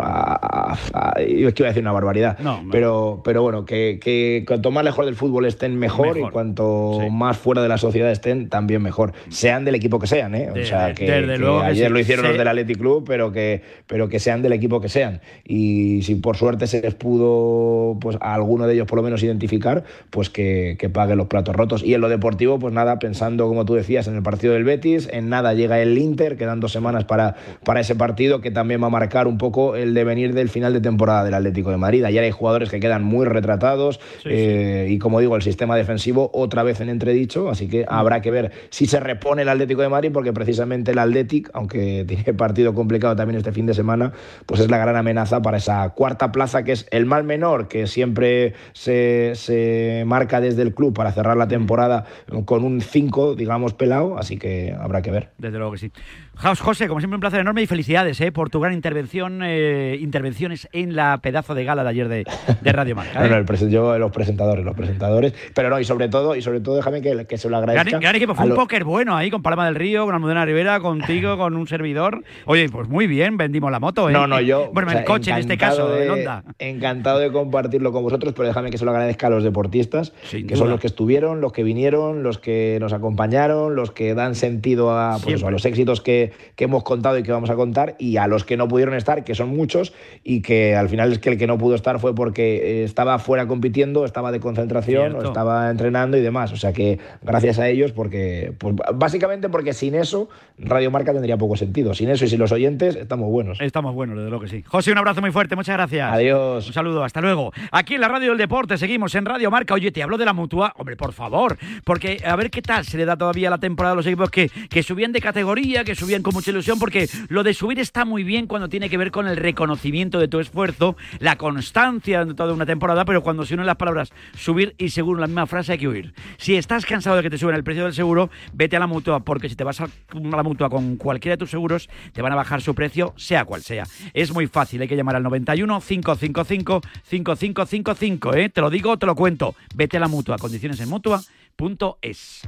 a, a yo es que iba a decir una barbaridad, no, pero, pero bueno, que, que cuanto más lejos del fútbol estén mejor, mejor. y cuanto sí. más fuera de la sociedad estén también mejor, sean del equipo que sean, ¿eh? O de, sea, que, desde que luego ayer sí, lo hicieron sí. los del Athletic Club, pero que, pero que sean del equipo que sean. Y si por suerte se les pudo, pues a alguno de ellos por lo menos identificar, pues que, que pague los platos rotos. Y en lo deportivo, pues nada, pensando, como tú decías, en el partido del Betis, en nada llega el Inter, quedan dos semanas para, para ese partido, que también va a marcar un poco el devenir del final de temporada del Atlético de Madrid. Ayer hay jugadores que quedan muy retratados, sí, eh, sí. y como digo, el sistema defensivo otra vez en entredicho, así que habrá que ver si se repone el Atlético de Madrid, porque precisamente el Athletic, aunque tiene partido complicado también este fin de semana, pues es la gran amenaza para esa cuarta plaza, que es el mal menor que siempre se, se marca desde el club para cerrar la temporada con un cinco, digamos, pelado, así que habrá que ver. Desde luego que sí. José, como siempre, un placer enorme y felicidades ¿eh? por tu gran intervención, eh, intervenciones en la pedazo de gala de ayer de, de Radio Marca. ¿eh? no, no, el presen- yo, los presentadores, los presentadores, pero no, y sobre todo, y sobre todo déjame que, que se lo agradezca. Gran, gran equipo, fue un lo... póker bueno ahí, con Palma del Río, con Almudena Rivera, contigo, con un servidor. Oye, pues muy bien, vendimos la moto. ¿eh? No, no, yo... Bueno, o sea, el coche en este caso, de, en Honda. Encantado de compartirlo con vosotros, pero déjame que se lo agradezca a los deportistas, Sin que duda. son los que estuvieron, los que vinieron, los que nos acompañaron, los que dan sentido a, pues eso, a los éxitos que, que hemos contado y que vamos a contar, y a los que no pudieron estar, que son muchos, y que al final es que el que no pudo estar fue porque estaba fuera compitiendo, estaba de concentración, Cierto. o estaba entrenando y demás. O sea que gracias a ellos, porque pues básicamente porque sin eso Radio Marca tendría poco sentido. Sin eso y sin los oyentes estamos buenos. Estamos buenos, desde luego que sí. José, un abrazo muy fuerte, muchas gracias. Adiós. Un saludo, hasta luego. Aquí en la Radio del Deporte seguimos en Radio Marca. Oye, te hablo de la Mutua, hombre, por favor, porque a ver qué tal se le da todavía la temporada a los equipos que, que subían de categoría, que subían con mucha ilusión, porque lo de subir está muy bien cuando tiene que ver con el reconocimiento de tu esfuerzo, la constancia de toda una temporada, pero cuando se unen las palabras subir y seguro en la misma frase hay que huir. Si estás cansado de que te suban el precio del seguro, vete a la Mutua, porque si te vas a la Mutua con cualquiera de tus seguros, te van a bajar su precio, sea cual sea. Es muy fácil, hay que llamar al noventa y uno, cinco cinco cinco, cinco cinco cinco cinco, ¿eh? Te lo digo, te lo cuento. Vete a la Mutua, condiciones en mutua punto es.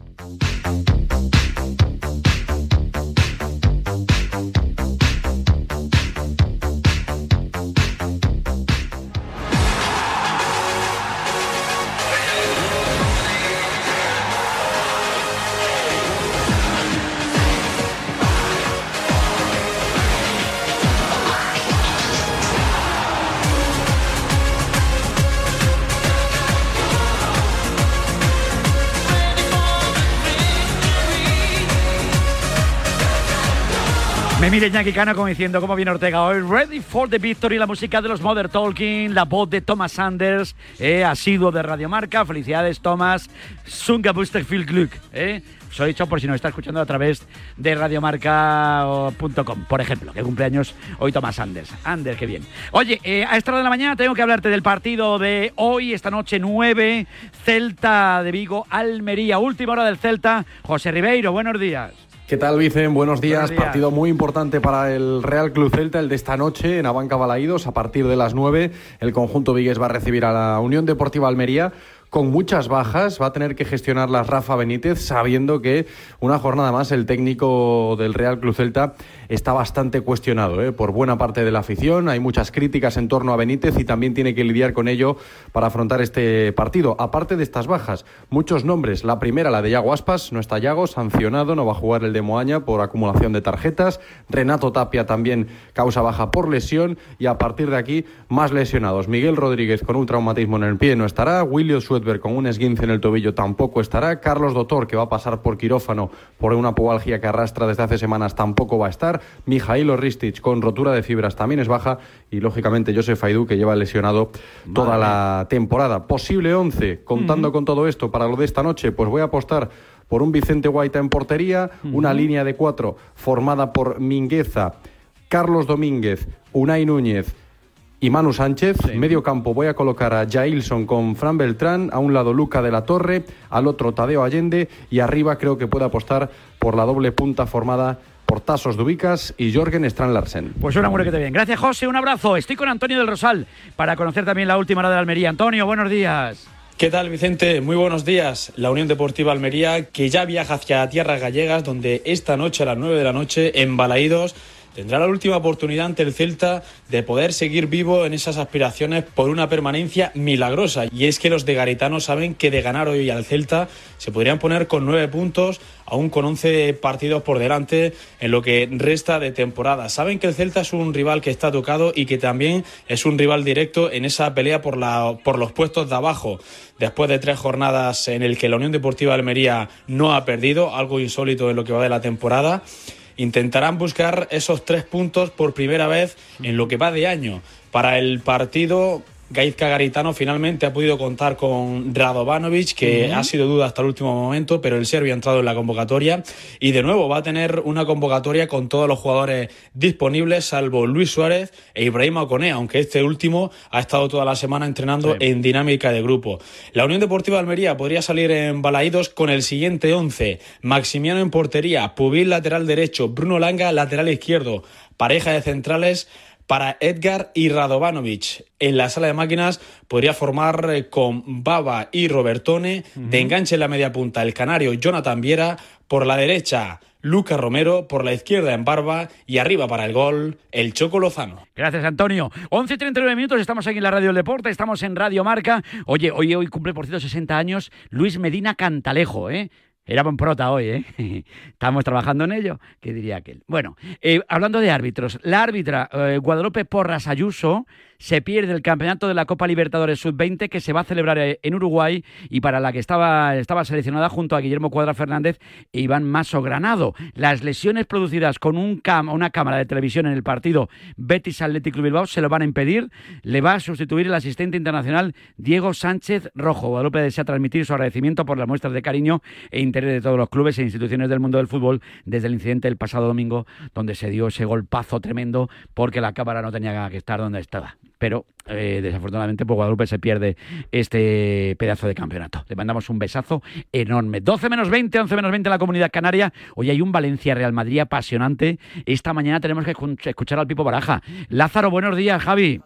Me mire Iñaki Cano como diciendo cómo viene Ortega hoy. Ready for the victory, la música de los Mother Talking, la voz de Thomas Sanders, eh, asiduo de Radio Marca. Felicidades, Thomas. Sunga Busterfield Glück, eh. Os lo he dicho por si nos está escuchando a través de radiomarca punto com, por ejemplo, que cumpleaños hoy Thomas Sanders. Ander, qué bien. Oye, eh, a esta hora de la mañana tengo que hablarte del partido de hoy, esta noche nueve, Celta de Vigo, Almería, última hora del Celta. José Ribeiro, buenos días. ¿Qué tal, Vicen? Buenos días. Buenos días. Partido muy importante para el Real Club Celta, el de esta noche en Abanca Balaídos. A partir de las nueve, el conjunto vigués va a recibir a la Unión Deportiva Almería. Con muchas bajas, va a tener que gestionarlas Rafa Benítez, sabiendo que una jornada más el técnico del Real Club Celta está bastante cuestionado, ¿eh? por buena parte de la afición. Hay muchas críticas en torno a Benítez y también tiene que lidiar con ello para afrontar este partido. Aparte de estas bajas, muchos nombres. La primera, la de Yago Aspas, no está Yago, sancionado, no va a jugar el de Moaña por acumulación de tarjetas. Renato Tapia también causa baja por lesión y a partir de aquí más lesionados. Miguel Rodríguez con un traumatismo en el pie no estará, William Suetberg con un esguince en el tobillo tampoco estará, Carlos Dotor, que va a pasar por quirófano por una pubalgia que arrastra desde hace semanas, tampoco va a estar, Mijailo Ristic con rotura de fibras también es baja y lógicamente Josef Aidú, que lleva lesionado toda vale. la temporada. Posible once, contando uh-huh. con todo esto para lo de esta noche, pues voy a apostar por un Vicente Guaita en portería, uh-huh. una línea de cuatro formada por Mingueza, Carlos Domínguez, Unai Núñez y Manu Sánchez. Sí. Medio campo voy a colocar a Jailson con Fran Beltrán, a un lado Luca de la Torre, al otro Tadeo Allende y arriba creo que puede apostar por la doble punta formada por Tasos Dubicas y Jorgen Strand Larsen. Pues una muerte que te bien. Gracias, José, un abrazo. Estoy con Antonio del Rosal para conocer también la última hora de la Almería. Antonio, buenos días. ¿Qué tal, Vicente? Muy buenos días. La Unión Deportiva Almería, que ya viaja hacia tierras gallegas, donde esta noche a las nueve de la noche en Balaídos tendrá la última oportunidad ante el Celta de poder seguir vivo en esas aspiraciones por una permanencia milagrosa. Y es que los de Garitano saben que de ganar hoy al Celta se podrían poner con nueve puntos, aún con once partidos por delante en lo que resta de temporada. Saben que el Celta es un rival que está tocado y que también es un rival directo en esa pelea por, la, por los puestos de abajo. Después de tres jornadas en el que la Unión Deportiva Almería no ha perdido, algo insólito en lo que va de la temporada, intentarán buscar esos tres puntos por primera vez en lo que va de año. Para el partido, Gaizka Garitano finalmente ha podido contar con Radovanovic, que uh-huh. ha sido duda hasta el último momento, pero el serbio ha entrado en la convocatoria y de nuevo va a tener una convocatoria con todos los jugadores disponibles, salvo Luis Suárez e Ibrahima Okoné, aunque este último ha estado toda la semana entrenando sí. en dinámica de grupo. La Unión Deportiva Almería podría salir en Balaídos con el siguiente once: Maximiano en portería, Pubil lateral derecho, Bruno Langa lateral izquierdo, pareja de centrales para Edgar y Radovanovic. En la sala de máquinas podría formar con Baba y Robertone, uh-huh. de enganche en la media punta el canario Jonathan Viera, por la derecha Lucas Romero, por la izquierda en Barba y arriba para el gol el Choco Lozano. Gracias, Antonio. once y treinta y nueve minutos, estamos aquí en la Radio del Deporte, estamos en Radio Marca. Oye, hoy, hoy cumple por cierto sesenta años Luis Medina Cantalejo, ¿eh? Era buen prota hoy, ¿eh? Estamos trabajando en ello. ¿Qué diría aquel? Bueno, eh, hablando de árbitros, la árbitra eh, Guadalupe Porras Ayuso se pierde el campeonato de la Copa Libertadores sub veinte que se va a celebrar en Uruguay y para la que estaba, estaba seleccionada junto a Guillermo Cuadra Fernández e Iván Maso Granado. Las lesiones producidas con un cam, una cámara de televisión en el partido Betis Athletic Club Bilbao se lo van a impedir. Le va a sustituir el asistente internacional Diego Sánchez Rojo. Guadalupe desea transmitir su agradecimiento por las muestras de cariño e interés de todos los clubes e instituciones del mundo del fútbol desde el incidente del pasado domingo, donde se dio ese golpazo tremendo porque la cámara no tenía que estar donde estaba. Pero eh, desafortunadamente pues Guadalupe se pierde este pedazo de campeonato. Le mandamos un besazo enorme. doce menos veinte, once menos veinte en la Comunidad Canaria. Hoy hay un Valencia-Real Madrid apasionante. Esta mañana tenemos que escuchar al Pipo Baraja. Lázaro, buenos días, Javi.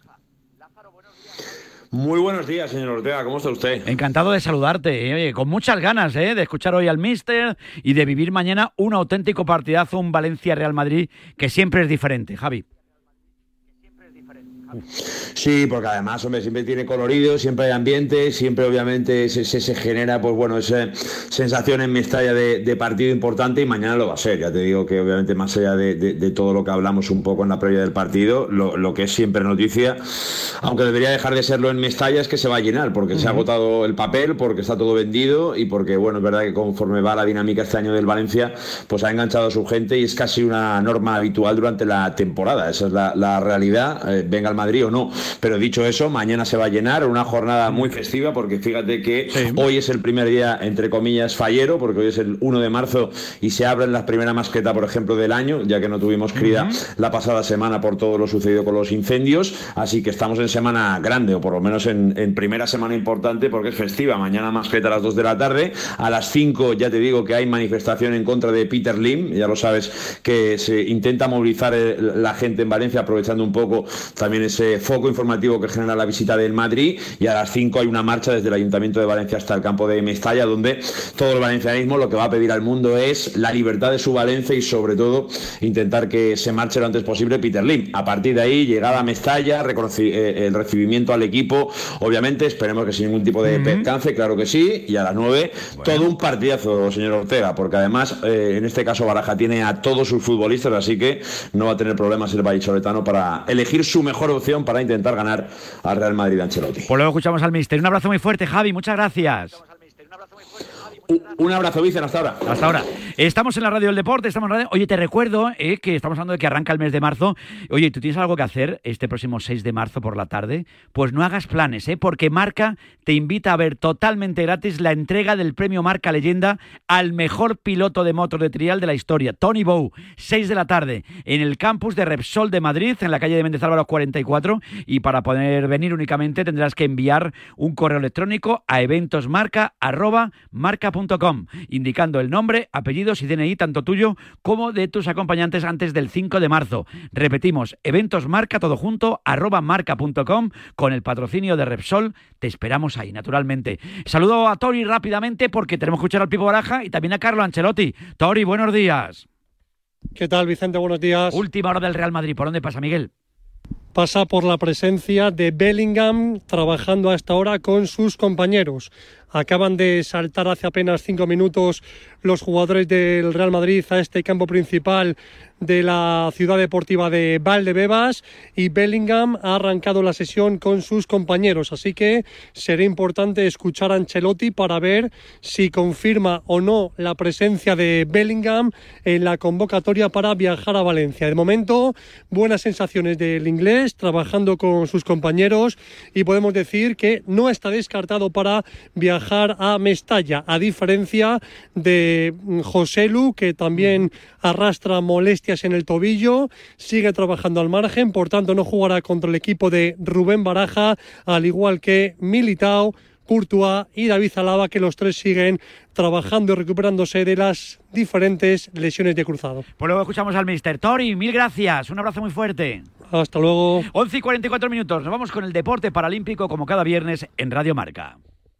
Muy buenos días, señor Ortega, ¿cómo está usted? Encantado de saludarte, ¿eh? Oye, con muchas ganas ¿eh? de escuchar hoy al míster y de vivir mañana un auténtico partidazo, un Valencia-Real Madrid que siempre es diferente, Javi. Sí, porque además, hombre, siempre tiene colorido, siempre hay ambiente, siempre obviamente se, se, se genera, pues bueno, esa sensación en Mestalla de, de partido importante y mañana lo va a ser. Ya te digo que obviamente más allá de, de, de todo lo que hablamos un poco en la previa del partido, lo, lo que es siempre noticia, aunque debería dejar de serlo en Mestalla, es que se va a llenar, porque uh-huh. se ha agotado el papel, porque está todo vendido y porque, bueno, es verdad que conforme va la dinámica este año del Valencia, pues ha enganchado a su gente y es casi una norma habitual durante la temporada. Esa es la, la realidad. Eh, venga el Madrid o no. Pero dicho eso, mañana se va a llenar, una jornada muy festiva, porque fíjate que sí. hoy es el primer día, entre comillas, fallero, porque hoy es el uno de marzo y se abren las primeras mascletas, por ejemplo, del año, ya que no tuvimos crida uh-huh. la pasada semana por todo lo sucedido con los incendios. Así que estamos en semana grande, o por lo menos en, en primera semana importante, porque es festiva. Mañana mascleta a las dos de la tarde. A las cinco ya te digo que hay manifestación en contra de Peter Lim. Ya lo sabes que se intenta movilizar la gente en Valencia, aprovechando un poco también ese foco informativo que genera la visita del Madrid. Y a las cinco hay una marcha desde el Ayuntamiento de Valencia hasta el campo de Mestalla, donde todo el valencianismo lo que va a pedir al mundo es la libertad de su Valencia y sobre todo intentar que se marche lo antes posible Peter Lim. A partir de ahí, llegada a Mestalla, eh, el recibimiento al equipo, obviamente, esperemos que sin ningún tipo de uh-huh. percance, claro que sí, y a las nueve, bueno. todo un partidazo, señor Ortega, porque además, eh, en este caso, Baraja tiene a todos sus futbolistas, así que no va a tener problemas el vallisoletano para elegir su mejor opción para intentar ganar al Real Madrid de Ancelotti. Pues luego escuchamos al míster. Un abrazo muy fuerte, Javi, muchas gracias. Un abrazo, Vicen, hasta ahora. Hasta ahora. Estamos en la radio del deporte, estamos en radio. Oye, te recuerdo eh, que estamos hablando de que arranca el mes de marzo. Oye, ¿tú tienes algo que hacer este próximo seis de marzo por la tarde? Pues no hagas planes, ¿eh? Porque Marca te invita a ver totalmente gratis la entrega del premio Marca Leyenda al mejor piloto de motos de trial de la historia, Tony Bou, seis de la tarde, en el campus de Repsol de Madrid, en la calle de Méndez Álvaro cuarenta y cuatro. Y para poder venir únicamente tendrás que enviar un correo electrónico a eventosmarca arroba marca punto com, indicando el nombre, apellidos y D N I tanto tuyo como de tus acompañantes antes del cinco de marzo. Repetimos, eventosmarca todo junto arroba marca punto com, con el patrocinio de Repsol. Te esperamos ahí, naturalmente. Saludo a Tori rápidamente porque tenemos que escuchar al Pipo Baraja y también a Carlo Ancelotti. Tori, buenos días. ¿Qué tal, Vicente? Buenos días. Última hora del Real Madrid. ¿Por dónde pasa, Miguel? Pasa por la presencia de Bellingham trabajando a esta hora con sus compañeros. Acaban de saltar hace apenas cinco minutos los jugadores del Real Madrid a este campo principal de la ciudad deportiva de Valdebebas y Bellingham ha arrancado la sesión con sus compañeros. Así que será importante escuchar a Ancelotti para ver si confirma o no la presencia de Bellingham en la convocatoria para viajar a Valencia. De momento, buenas sensaciones del inglés, trabajando con sus compañeros, y podemos decir que no está descartado para viajar a Mestalla, a diferencia de Joselu, que también arrastra molestias en el tobillo, sigue trabajando al margen, por tanto no jugará contra el equipo de Rubén Baraja, al igual que Militao, Courtois y David Alaba, que los tres siguen trabajando y recuperándose de las diferentes lesiones de cruzado. Pues luego escuchamos al míster. Tori, mil gracias, un abrazo muy fuerte. Hasta luego. once y cuarenta y cuatro minutos, nos vamos con el deporte paralímpico como cada viernes en Radio Marca.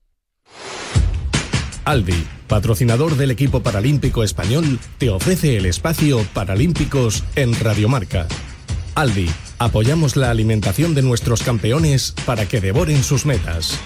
Aldi, patrocinador del equipo paralímpico español, te ofrece el espacio Paralímpicos en Radio Marca. Aldi, apoyamos la alimentación de nuestros campeones para que devoren sus metas.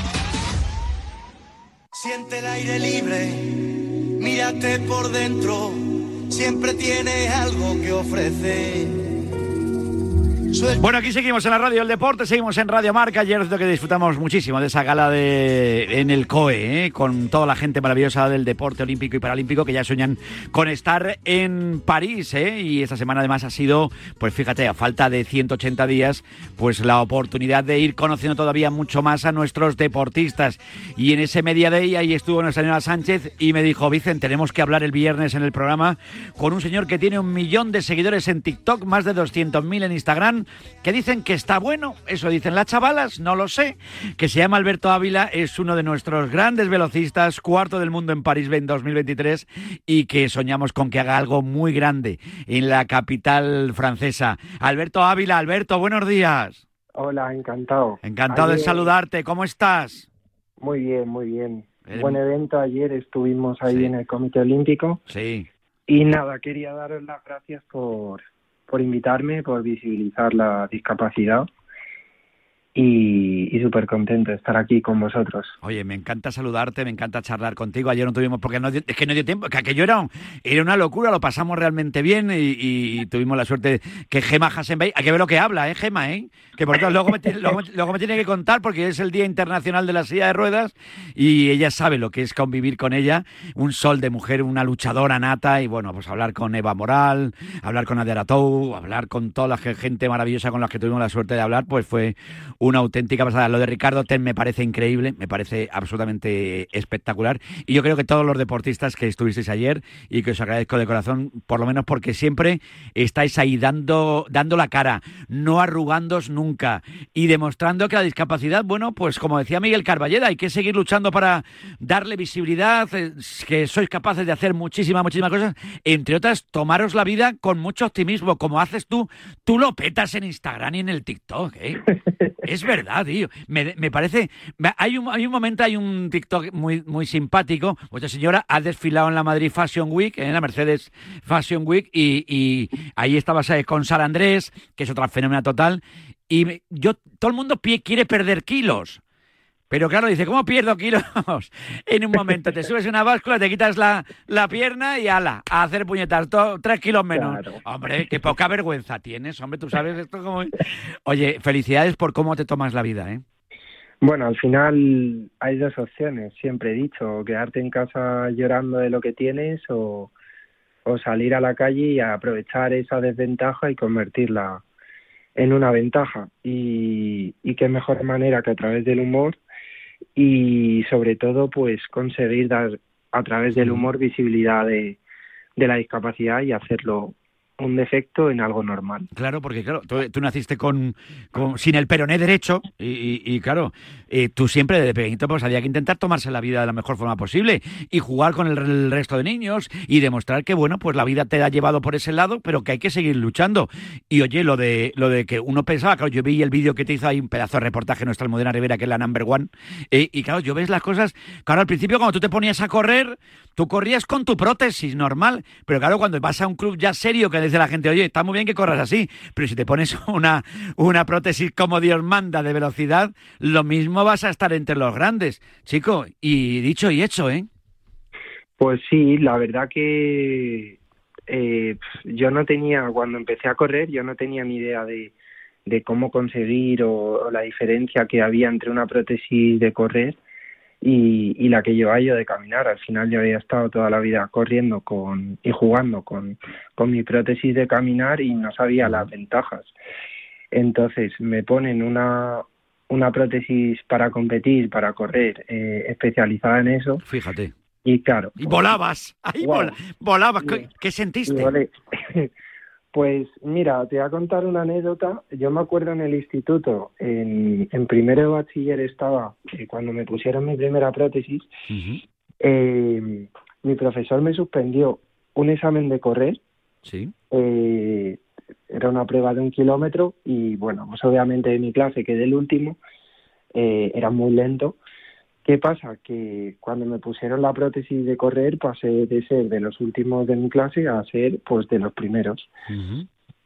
Siente el aire libre, mírate por dentro, siempre tienes algo que ofrecer. Bueno, aquí seguimos en la radio del deporte, seguimos en Radio Marca. Ayer es lo que disfrutamos muchísimo de esa gala de en el C O E, ¿eh? Con toda la gente maravillosa del deporte olímpico y paralímpico que ya sueñan con estar en París, ¿eh? Y esta semana además ha sido, pues fíjate, a falta de ciento ochenta días, pues la oportunidad de ir conociendo todavía mucho más a nuestros deportistas. Y en ese Media Day ahí estuvo nuestra señora Sánchez y me dijo: Vicen, tenemos que hablar el viernes en el programa con un señor que tiene un millón de seguidores en TikTok, más de doscientos mil en Instagram, que dicen que está bueno, eso dicen las chavalas, no lo sé, que se llama Alberto Ávila, es uno de nuestros grandes velocistas, cuarto del mundo en París dos mil veintitrés, y que soñamos con que haga algo muy grande en la capital francesa. Alberto Ávila, Alberto, buenos días. Hola, encantado. Encantado ayer... de saludarte, ¿cómo estás? Muy bien, muy bien. El... Buen evento, ayer estuvimos ahí sí. en el Comité Olímpico. Sí. Y nada, quería daros las gracias por... por invitarme, por visibilizar la discapacidad. y, y súper contento de estar aquí con vosotros. Oye, me encanta saludarte, me encanta charlar contigo. Ayer no tuvimos, porque no, es que no dio tiempo, que aquello era, un, era una locura, lo pasamos realmente bien y, y tuvimos la suerte que Gemma Hasenbeck, hay que ver lo que habla, ¿eh, Gemma? ¿eh? Que por cierto, luego me, luego, luego me tiene que contar porque es el Día Internacional de la Silla de Ruedas y ella sabe lo que es convivir con ella, un sol de mujer, una luchadora nata y bueno, pues hablar con Eva Moral, hablar con Adela Tou, hablar con toda la gente maravillosa con la que tuvimos la suerte de hablar, pues fue una auténtica pasada. Lo de Ricardo Ten me parece increíble, me parece absolutamente espectacular y yo creo que todos los deportistas que estuvisteis ayer y que os agradezco de corazón, por lo menos porque siempre estáis ahí dando, dando la cara, no arrugándoos nunca y demostrando que la discapacidad, bueno, pues como decía Miguel Carballeda, hay que seguir luchando para darle visibilidad, que sois capaces de hacer muchísimas, muchísimas cosas, entre otras, tomaros la vida con mucho optimismo, como haces tú. Tú lo petas en Instagram y en el TikTok, ¿eh? Es verdad, tío. Me, me parece... Hay un, hay un momento, hay un TikTok muy, muy simpático. Vuestra señora ha desfilado en la Madrid Fashion Week, en la Mercedes Fashion Week, y, y ahí estabas con Sara Andrés, que es otra fenómena total, y yo todo el mundo pie, quiere perder kilos. Pero claro, dice, ¿cómo pierdo kilos? En un momento te subes una báscula, te quitas la, la pierna y ala, a hacer puñetas, to, tres kilos menos. Claro. Hombre, qué poca vergüenza tienes, hombre, tú sabes esto como... Oye, felicidades por cómo te tomas la vida, ¿eh? Bueno, al final hay dos opciones, siempre he dicho, quedarte en casa llorando de lo que tienes o, o salir a la calle y aprovechar esa desventaja y convertirla en una ventaja. Y, y qué mejor manera que a través del humor y sobre todo pues conseguir dar a través del humor visibilidad de, de la discapacidad y hacerlo un defecto en algo normal. Claro, porque claro, tú, tú naciste con, con sin el peroné derecho y, y, y claro, eh, tú siempre desde pequeñito pues había que intentar tomarse la vida de la mejor forma posible y jugar con el, el resto de niños y demostrar que bueno, pues la vida te ha llevado por ese lado, pero que hay que seguir luchando. Y oye, lo de lo de que uno pensaba, claro, yo vi el vídeo que te hizo ahí un pedazo de reportaje nuestra Almudena Rivera, que es la number one, eh, y claro, yo ves las cosas, claro, al principio cuando tú te ponías a correr, tú corrías con tu prótesis normal, pero claro, cuando vas a un club ya serio que dice la gente, oye, está muy bien que corras así, pero si te pones una, una prótesis como Dios manda de velocidad, lo mismo vas a estar entre los grandes, chico, y dicho y hecho, ¿eh? Pues sí, la verdad que eh, yo no tenía, cuando empecé a correr, yo no tenía ni idea de, de cómo conseguir o, o la diferencia que había entre una prótesis de correr Y, y la que llevaba yo de caminar. Al final yo había estado toda la vida corriendo con y jugando con, con mi prótesis de caminar y no sabía las ventajas. Entonces me ponen una, una prótesis para competir, para correr, eh, especializada en eso. Fíjate. Y claro. Y volabas. Ahí wow. vol, volabas. ¿Qué, ¿Qué sentiste? Pues mira, te voy a contar una anécdota. Yo me acuerdo en el instituto, en, en primero de bachiller estaba, eh, cuando me pusieron mi primera prótesis, uh-huh. eh, mi profesor me suspendió un examen de correr. Sí. Eh, era una prueba de un kilómetro y bueno, pues obviamente en mi clase quedé el último, eh, era muy lento. ¿Qué pasa? Que cuando me pusieron la prótesis de correr pasé de ser de los últimos de mi clase a ser pues de los primeros. Uh-huh.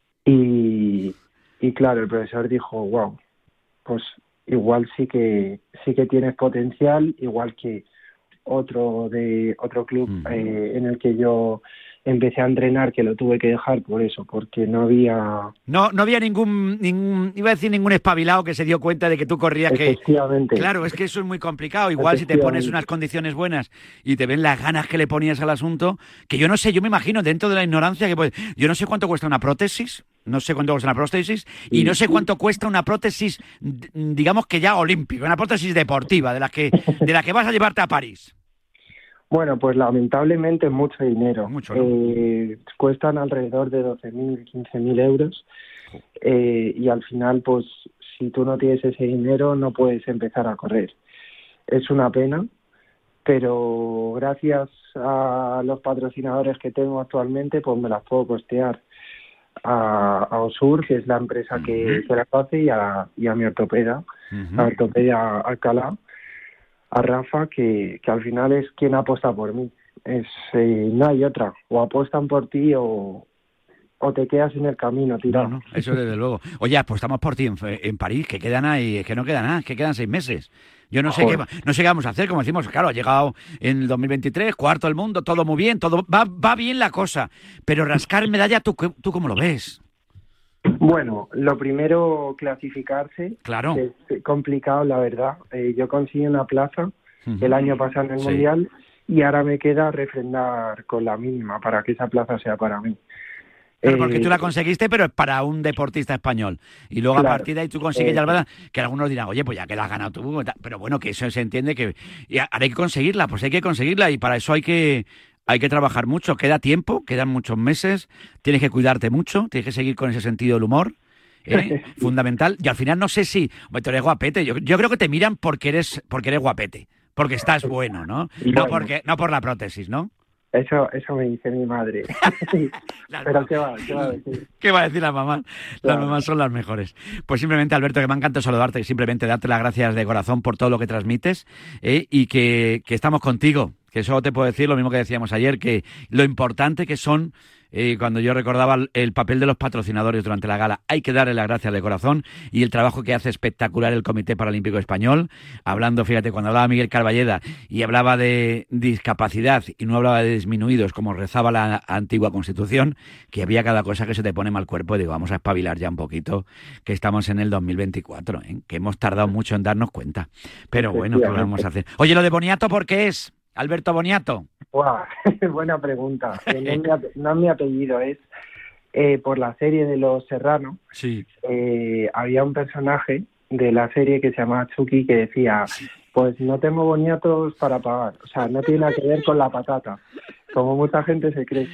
Y, y claro, el profesor dijo, wow, pues igual sí que sí que tienes potencial, igual que otro de otro club uh-huh. eh, en el que yo empecé a entrenar, que lo tuve que dejar por eso, porque no había... No no había ningún, ningún iba a decir ningún espabilado que se dio cuenta de que tú corrías. Efectivamente. Que, claro, es que eso es muy complicado. Igual si te pones unas condiciones buenas y te ven las ganas que le ponías al asunto, que yo no sé, yo me imagino dentro de la ignorancia que pues, yo no sé cuánto cuesta una prótesis, no sé cuánto cuesta una prótesis y no sé cuánto cuesta una prótesis, digamos que ya olímpica, una prótesis deportiva, de la que, de la que vas a llevarte a París. Bueno, pues lamentablemente es mucho dinero. Mucho, ¿no? eh, cuestan alrededor de doce mil, quince mil euros eh, y al final, pues, si tú no tienes ese dinero no puedes empezar a correr. Es una pena, pero gracias a los patrocinadores que tengo actualmente, pues me las puedo costear. A, a Osur, que es la empresa que, uh-huh. que las hace, y a, y a mi ortopeda, uh-huh. a Ortopedia Alcalá, a Rafa, que, que al final es quien apuesta por mí. Es eh, no hay otra. O apuestan por ti o, o te quedas en el camino tirado. No, no, eso desde luego. Oye, apostamos por ti en, en París, que quedan ahí, es que no queda nada, que quedan seis meses. Yo no sé, qué, no sé qué vamos a hacer, como decimos, claro, ha llegado en el dos mil veintitrés, cuarto del mundo, todo muy bien, todo va, va bien la cosa, pero rascar medalla, ¿tú, ¿tú cómo lo ves? Bueno, lo primero, clasificarse. Claro. Es complicado, la verdad. Eh, yo conseguí una plaza uh-huh. el año pasado en el sí. Mundial y ahora me queda refrendar con la mínima para que esa plaza sea para mí. Claro, porque tú la conseguiste, pero es para un deportista español. Y luego claro, a partir de ahí tú consigues eh, ya la verdad, que algunos dirán, oye, pues ya que la has ganado tú, pero bueno, que eso se entiende que y ahora hay que conseguirla, pues hay que conseguirla y para eso hay que hay que trabajar mucho. Queda tiempo, quedan muchos meses, tienes que cuidarte mucho, tienes que seguir con ese sentido del humor. ¿Eh? Fundamental. Y al final no sé si, bueno, tú eres guapete, yo, yo creo que te miran porque eres porque eres guapete, porque estás bueno, ¿no? Bueno. No porque no por la prótesis, ¿no? Eso eso me dice mi madre. Pero ¿qué va, qué va a decir? ¿Qué va a decir la mamá? Las claro. mamás son las mejores. Pues simplemente, Alberto, que me ha encantado saludarte y simplemente darte las gracias de corazón por todo lo que transmites ¿eh? y que, que estamos contigo. Que solo te puedo decir lo mismo que decíamos ayer, que lo importante que son, eh, cuando yo recordaba el papel de los patrocinadores durante la gala, hay que darle las gracias de corazón y el trabajo que hace espectacular el Comité Paralímpico Español, hablando, fíjate, cuando hablaba Miguel Carballeda y hablaba de discapacidad y no hablaba de disminuidos como rezaba la antigua Constitución, que había cada cosa que se te pone mal cuerpo, y digo, vamos a espabilar ya un poquito, que estamos en el dos mil veinticuatro, ¿eh? Que hemos tardado mucho en darnos cuenta, pero bueno, ¿qué vamos a hacer? Oye, lo de Boniato, ¿por qué es? Alberto Boniato. Wow, buena pregunta. No es, mi, no es mi apellido, es eh, por la serie de Los Serrano. Sí. Eh, había un personaje de la serie que se llamaba Chucky que decía, pues no tengo boniatos para pagar. O sea, no tiene nada que ver con la patata, como mucha gente se cree.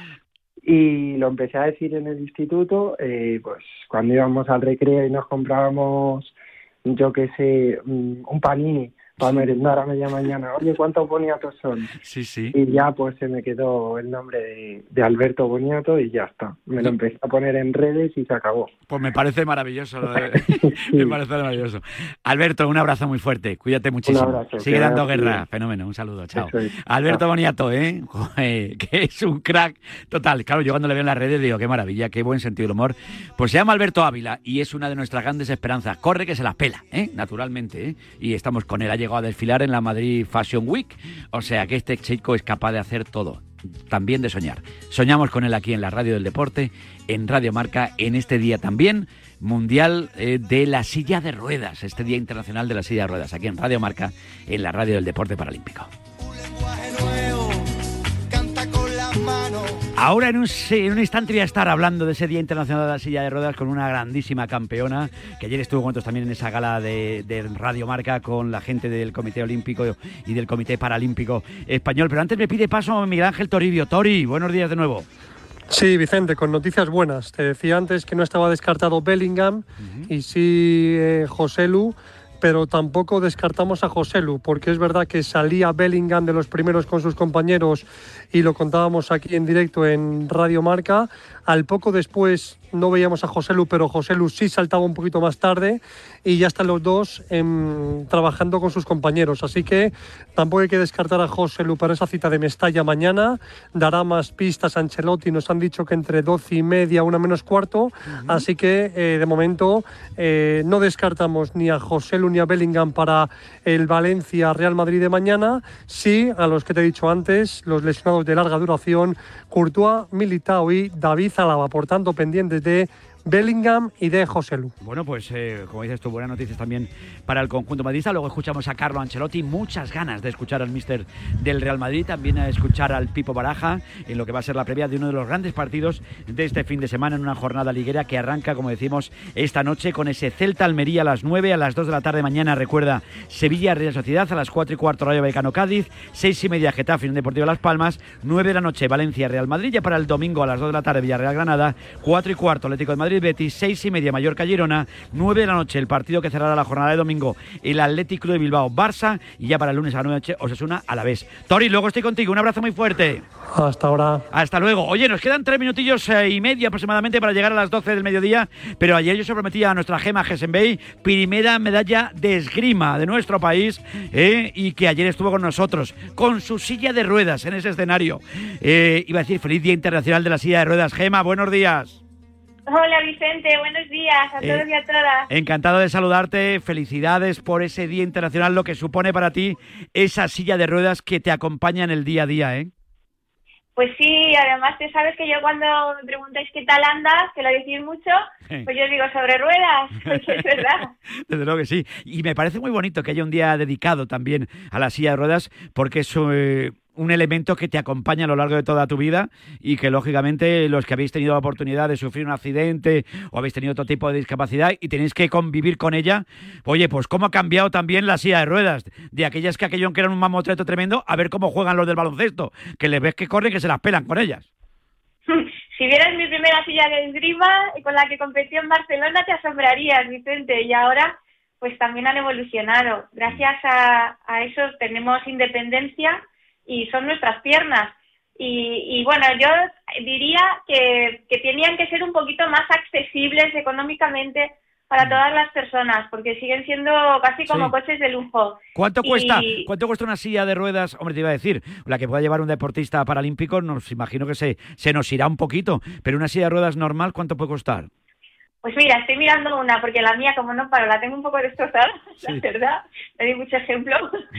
Y lo empecé a decir en el instituto, eh, pues cuando íbamos al recreo y nos comprábamos, yo qué sé, un panini para merendar a media mañana. Oye, ¿cuántos boniatos son? Sí, sí. Y ya pues se me quedó el nombre de, de Alberto Boniato y ya está. Me lo empecé a poner en redes y se acabó. Pues me parece maravilloso. Lo de... sí. Me parece maravilloso. Alberto, un abrazo muy fuerte. Cuídate muchísimo. Un abrazo. Sigue dando guerra. Bien. Fenómeno. Un saludo. Chao. Es. Alberto Chao. Boniato, ¿eh? Joder, que es un crack total. Claro, yo cuando le veo en las redes digo, qué maravilla, qué buen sentido del humor. Pues se llama Alberto Ávila y es una de nuestras grandes esperanzas. Corre que se la pela, ¿eh? Naturalmente, ¿eh? Y estamos con él. Ha llegado a desfilar en la Madrid Fashion Week, o sea que este chico es capaz de hacer todo, también de soñar. Soñamos con él aquí en la Radio del Deporte, en Radio Marca, en este día también mundial eh, de la silla de ruedas, este Día Internacional de la Silla de Ruedas, aquí en Radio Marca, en la Radio del Deporte Paralímpico. Ahora en un, en un instante voy a estar hablando de ese Día Internacional de la Silla de Ruedas con una grandísima campeona que ayer estuvo con nosotros también en esa gala de, de Radio Marca con la gente del Comité Olímpico y del Comité Paralímpico Español. Pero antes me pide paso Miguel Ángel Toribio. Tori, buenos días de nuevo. Sí, Vicente, con noticias buenas. Te decía antes que no estaba descartado Bellingham uh-huh. y sí eh, Joselu, pero tampoco descartamos a Joselu, porque es verdad que salía Bellingham de los primeros con sus compañeros y lo contábamos aquí en directo en Radio Marca. Al poco después no veíamos a Joselu, pero Joselu sí saltaba un poquito más tarde y ya están los dos eh, trabajando con sus compañeros. Así que tampoco hay que descartar a Joselu para esa cita de Mestalla mañana. Dará más pistas a Ancelotti, nos han dicho que entre doce y media, una menos cuarto. Uh-huh. Así que eh, de momento eh, no descartamos ni a Joselu ni a Bellingham para el Valencia Real Madrid de mañana. Sí, a los que te he dicho antes, los lesionados de larga duración, Courtois, Militao y David Alaba, por tanto pendientes de Bellingham y de Joselu. Bueno, pues eh, como dices tú, buenas noticias también para el conjunto madridista. Luego escuchamos a Carlo Ancelotti, muchas ganas de escuchar al míster del Real Madrid, también a escuchar al Pipo Baraja en lo que va a ser la previa de uno de los grandes partidos de este fin de semana en una jornada liguera que arranca, como decimos, esta noche con ese Celta Almería a las nueve, a las dos de la tarde mañana, recuerda, Sevilla Real Sociedad, a las cuatro y cuarto Rayo Vallecano Cádiz, seis y media Getafe Unión Deportiva Las Palmas, nueve de la noche Valencia Real Madrid, ya para el domingo a las dos de la tarde Villarreal Granada, cuatro y cuarto Atlético de Madrid Betis, seis y media Mallorca Girona, nueve de la noche el partido que cerrará la jornada de domingo, el Athletic Club de Bilbao Barça, y ya para el lunes a la noche Osasuna Alavés. Tori, luego estoy contigo, un abrazo muy fuerte. Hasta ahora. Hasta luego. Oye, nos quedan tres minutillos eh, y medio aproximadamente para llegar a las doce del mediodía, pero ayer yo se prometía a nuestra Gema Gesenbey, primera medalla de esgrima de nuestro país, eh, y que ayer estuvo con nosotros, con su silla de ruedas en ese escenario. Eh, iba a decir, feliz Día Internacional de la Silla de Ruedas. Gema, buenos días. Hola Vicente, buenos días a Eh, todos y a todas. Encantado de saludarte, felicidades por ese Día Internacional, lo que supone para ti esa silla de ruedas que te acompaña en el día a día, ¿eh? Pues sí, además te sabes que yo cuando me preguntáis qué tal andas, que lo decís mucho, pues yo digo sobre ruedas, porque es verdad. Desde luego que sí. Y me parece muy bonito que haya un día dedicado también a la silla de ruedas, porque es eh, un elemento que te acompaña a lo largo de toda tu vida y que, lógicamente, los que habéis tenido la oportunidad de sufrir un accidente o habéis tenido otro tipo de discapacidad y tenéis que convivir con ella, oye, pues cómo ha cambiado también la silla de ruedas, de aquellas que aquello que eran un mamotreto tremendo, a ver cómo juegan los del baloncesto, que les ves que corren, que se las pelan con ellas. Si vieras mi primera silla de esgrima con la que competí en Barcelona, te asombrarías, Vicente, y ahora pues también han evolucionado. Gracias a, a eso tenemos independencia y son nuestras piernas. Y, y bueno, yo diría que, que tenían que ser un poquito más accesibles económicamente para todas las personas, porque siguen siendo casi como Sí. coches de lujo. ¿Cuánto Y- cuesta ¿Cuánto cuesta una silla de ruedas? Hombre, te iba a decir, la que pueda llevar un deportista paralímpico, nos imagino que se, se nos irá un poquito, pero una silla de ruedas normal, ¿cuánto puede costar? Pues mira, estoy mirando una, porque la mía, como no paro, la tengo un poco destrozada, Sí. la verdad, te doy mucho ejemplo.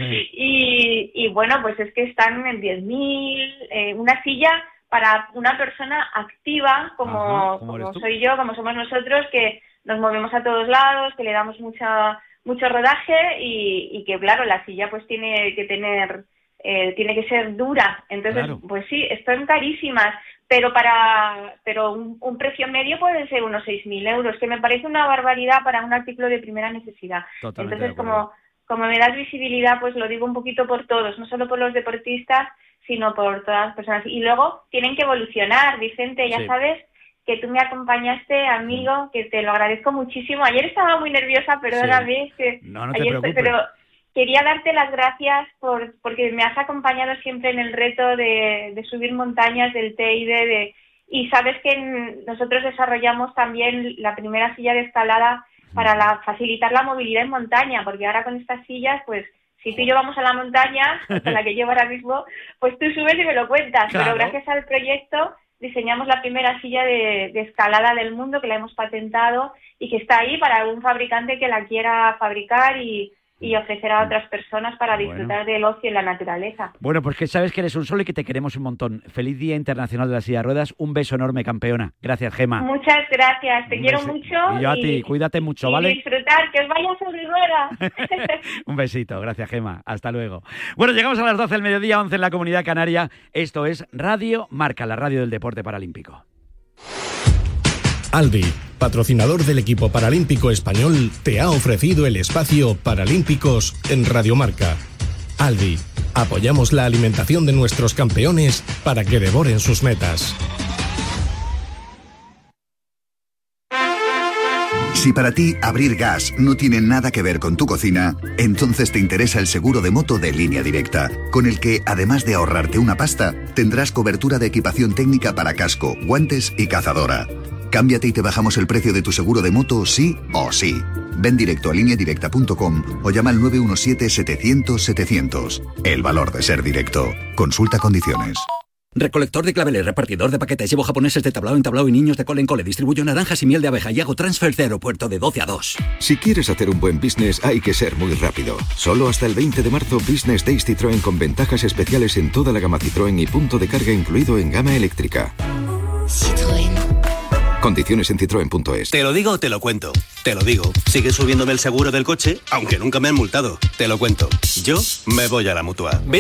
Y, y bueno, pues es que están en diez mil, eh, una silla para una persona activa, como, Ajá, ¿cómo eres como tú? soy yo, como somos nosotros, que nos movemos a todos lados, que le damos mucha mucho rodaje y, y que, claro, la silla pues tiene que tener, eh, tiene que ser dura. Entonces, Claro. pues sí, están carísimas. Pero para pero un, un precio medio puede ser unos seis mil euros, que me parece una barbaridad para un artículo de primera necesidad. Totalmente Entonces, de acuerdo. como, como me das visibilidad, pues lo digo un poquito por todos, no solo por los deportistas, sino por todas las personas. Y luego tienen que evolucionar, Vicente, ya Sí. sabes que tú me acompañaste, amigo, que te lo agradezco muchísimo. Ayer estaba muy nerviosa, perdóname, es que No, no te ayer estoy- preocupes. pero quería darte las gracias por porque me has acompañado siempre en el reto de, de subir montañas del Teide, de, y sabes que en- nosotros desarrollamos también la primera silla de escalada para la, facilitar la movilidad en montaña, porque ahora con estas sillas, pues si tú y yo vamos a la montaña, con la que llevo ahora mismo, pues tú subes y me lo cuentas, Claro. pero gracias al proyecto diseñamos la primera silla de, de escalada del mundo, que la hemos patentado y que está ahí para algún fabricante que la quiera fabricar y, y ofrecer a otras personas para disfrutar del ocio en la naturaleza. Bueno, pues que sabes que eres un sol y que te queremos un montón. Feliz Día Internacional de la Silla de Ruedas. Un beso enorme, campeona. Gracias, Gema. Muchas gracias, te Un quiero beso. mucho. Y yo a ti, cuídate mucho, y ¿vale? disfrutar, que os vaya sobre ruedas. Un besito, gracias, Gema. Hasta luego. Bueno, llegamos a las doce del mediodía, once en la Comunidad Canaria. Esto es Radio Marca, la radio del deporte paralímpico. Aldi, patrocinador del equipo paralímpico español, te ha ofrecido el espacio Paralímpicos en Radio Marca. Aldi, apoyamos la alimentación de nuestros campeones para que devoren sus metas. Si para ti abrir gas no tiene nada que ver con tu cocina, entonces te interesa el seguro de moto de Línea Directa, con el que, además de ahorrarte una pasta, tendrás cobertura de equipación técnica para casco, guantes y cazadora. Cámbiate y te bajamos el precio de tu seguro de moto sí o sí. Ven directo a línea directa punto com o llama al nueve uno siete, setecientos, setecientos. El valor de ser directo. Consulta condiciones. Recolector de claveles, repartidor de paquetes, llevo japoneses de tablao en tablao y niños de cole en cole, distribuyo naranjas y miel de abeja y hago transfer de aeropuerto de doce a dos. Si quieres hacer un buen business hay que ser muy rápido. Solo hasta el veinte de marzo Business Days Citroën con ventajas especiales en toda la gama Citroën y punto de carga incluido en gama eléctrica. Citroën. Condiciones en citroen punto es. Te lo digo o te lo cuento. Te lo digo. Sigue subiéndome el seguro del coche, aunque nunca me han multado. Te lo cuento. Yo me voy a la Mutua.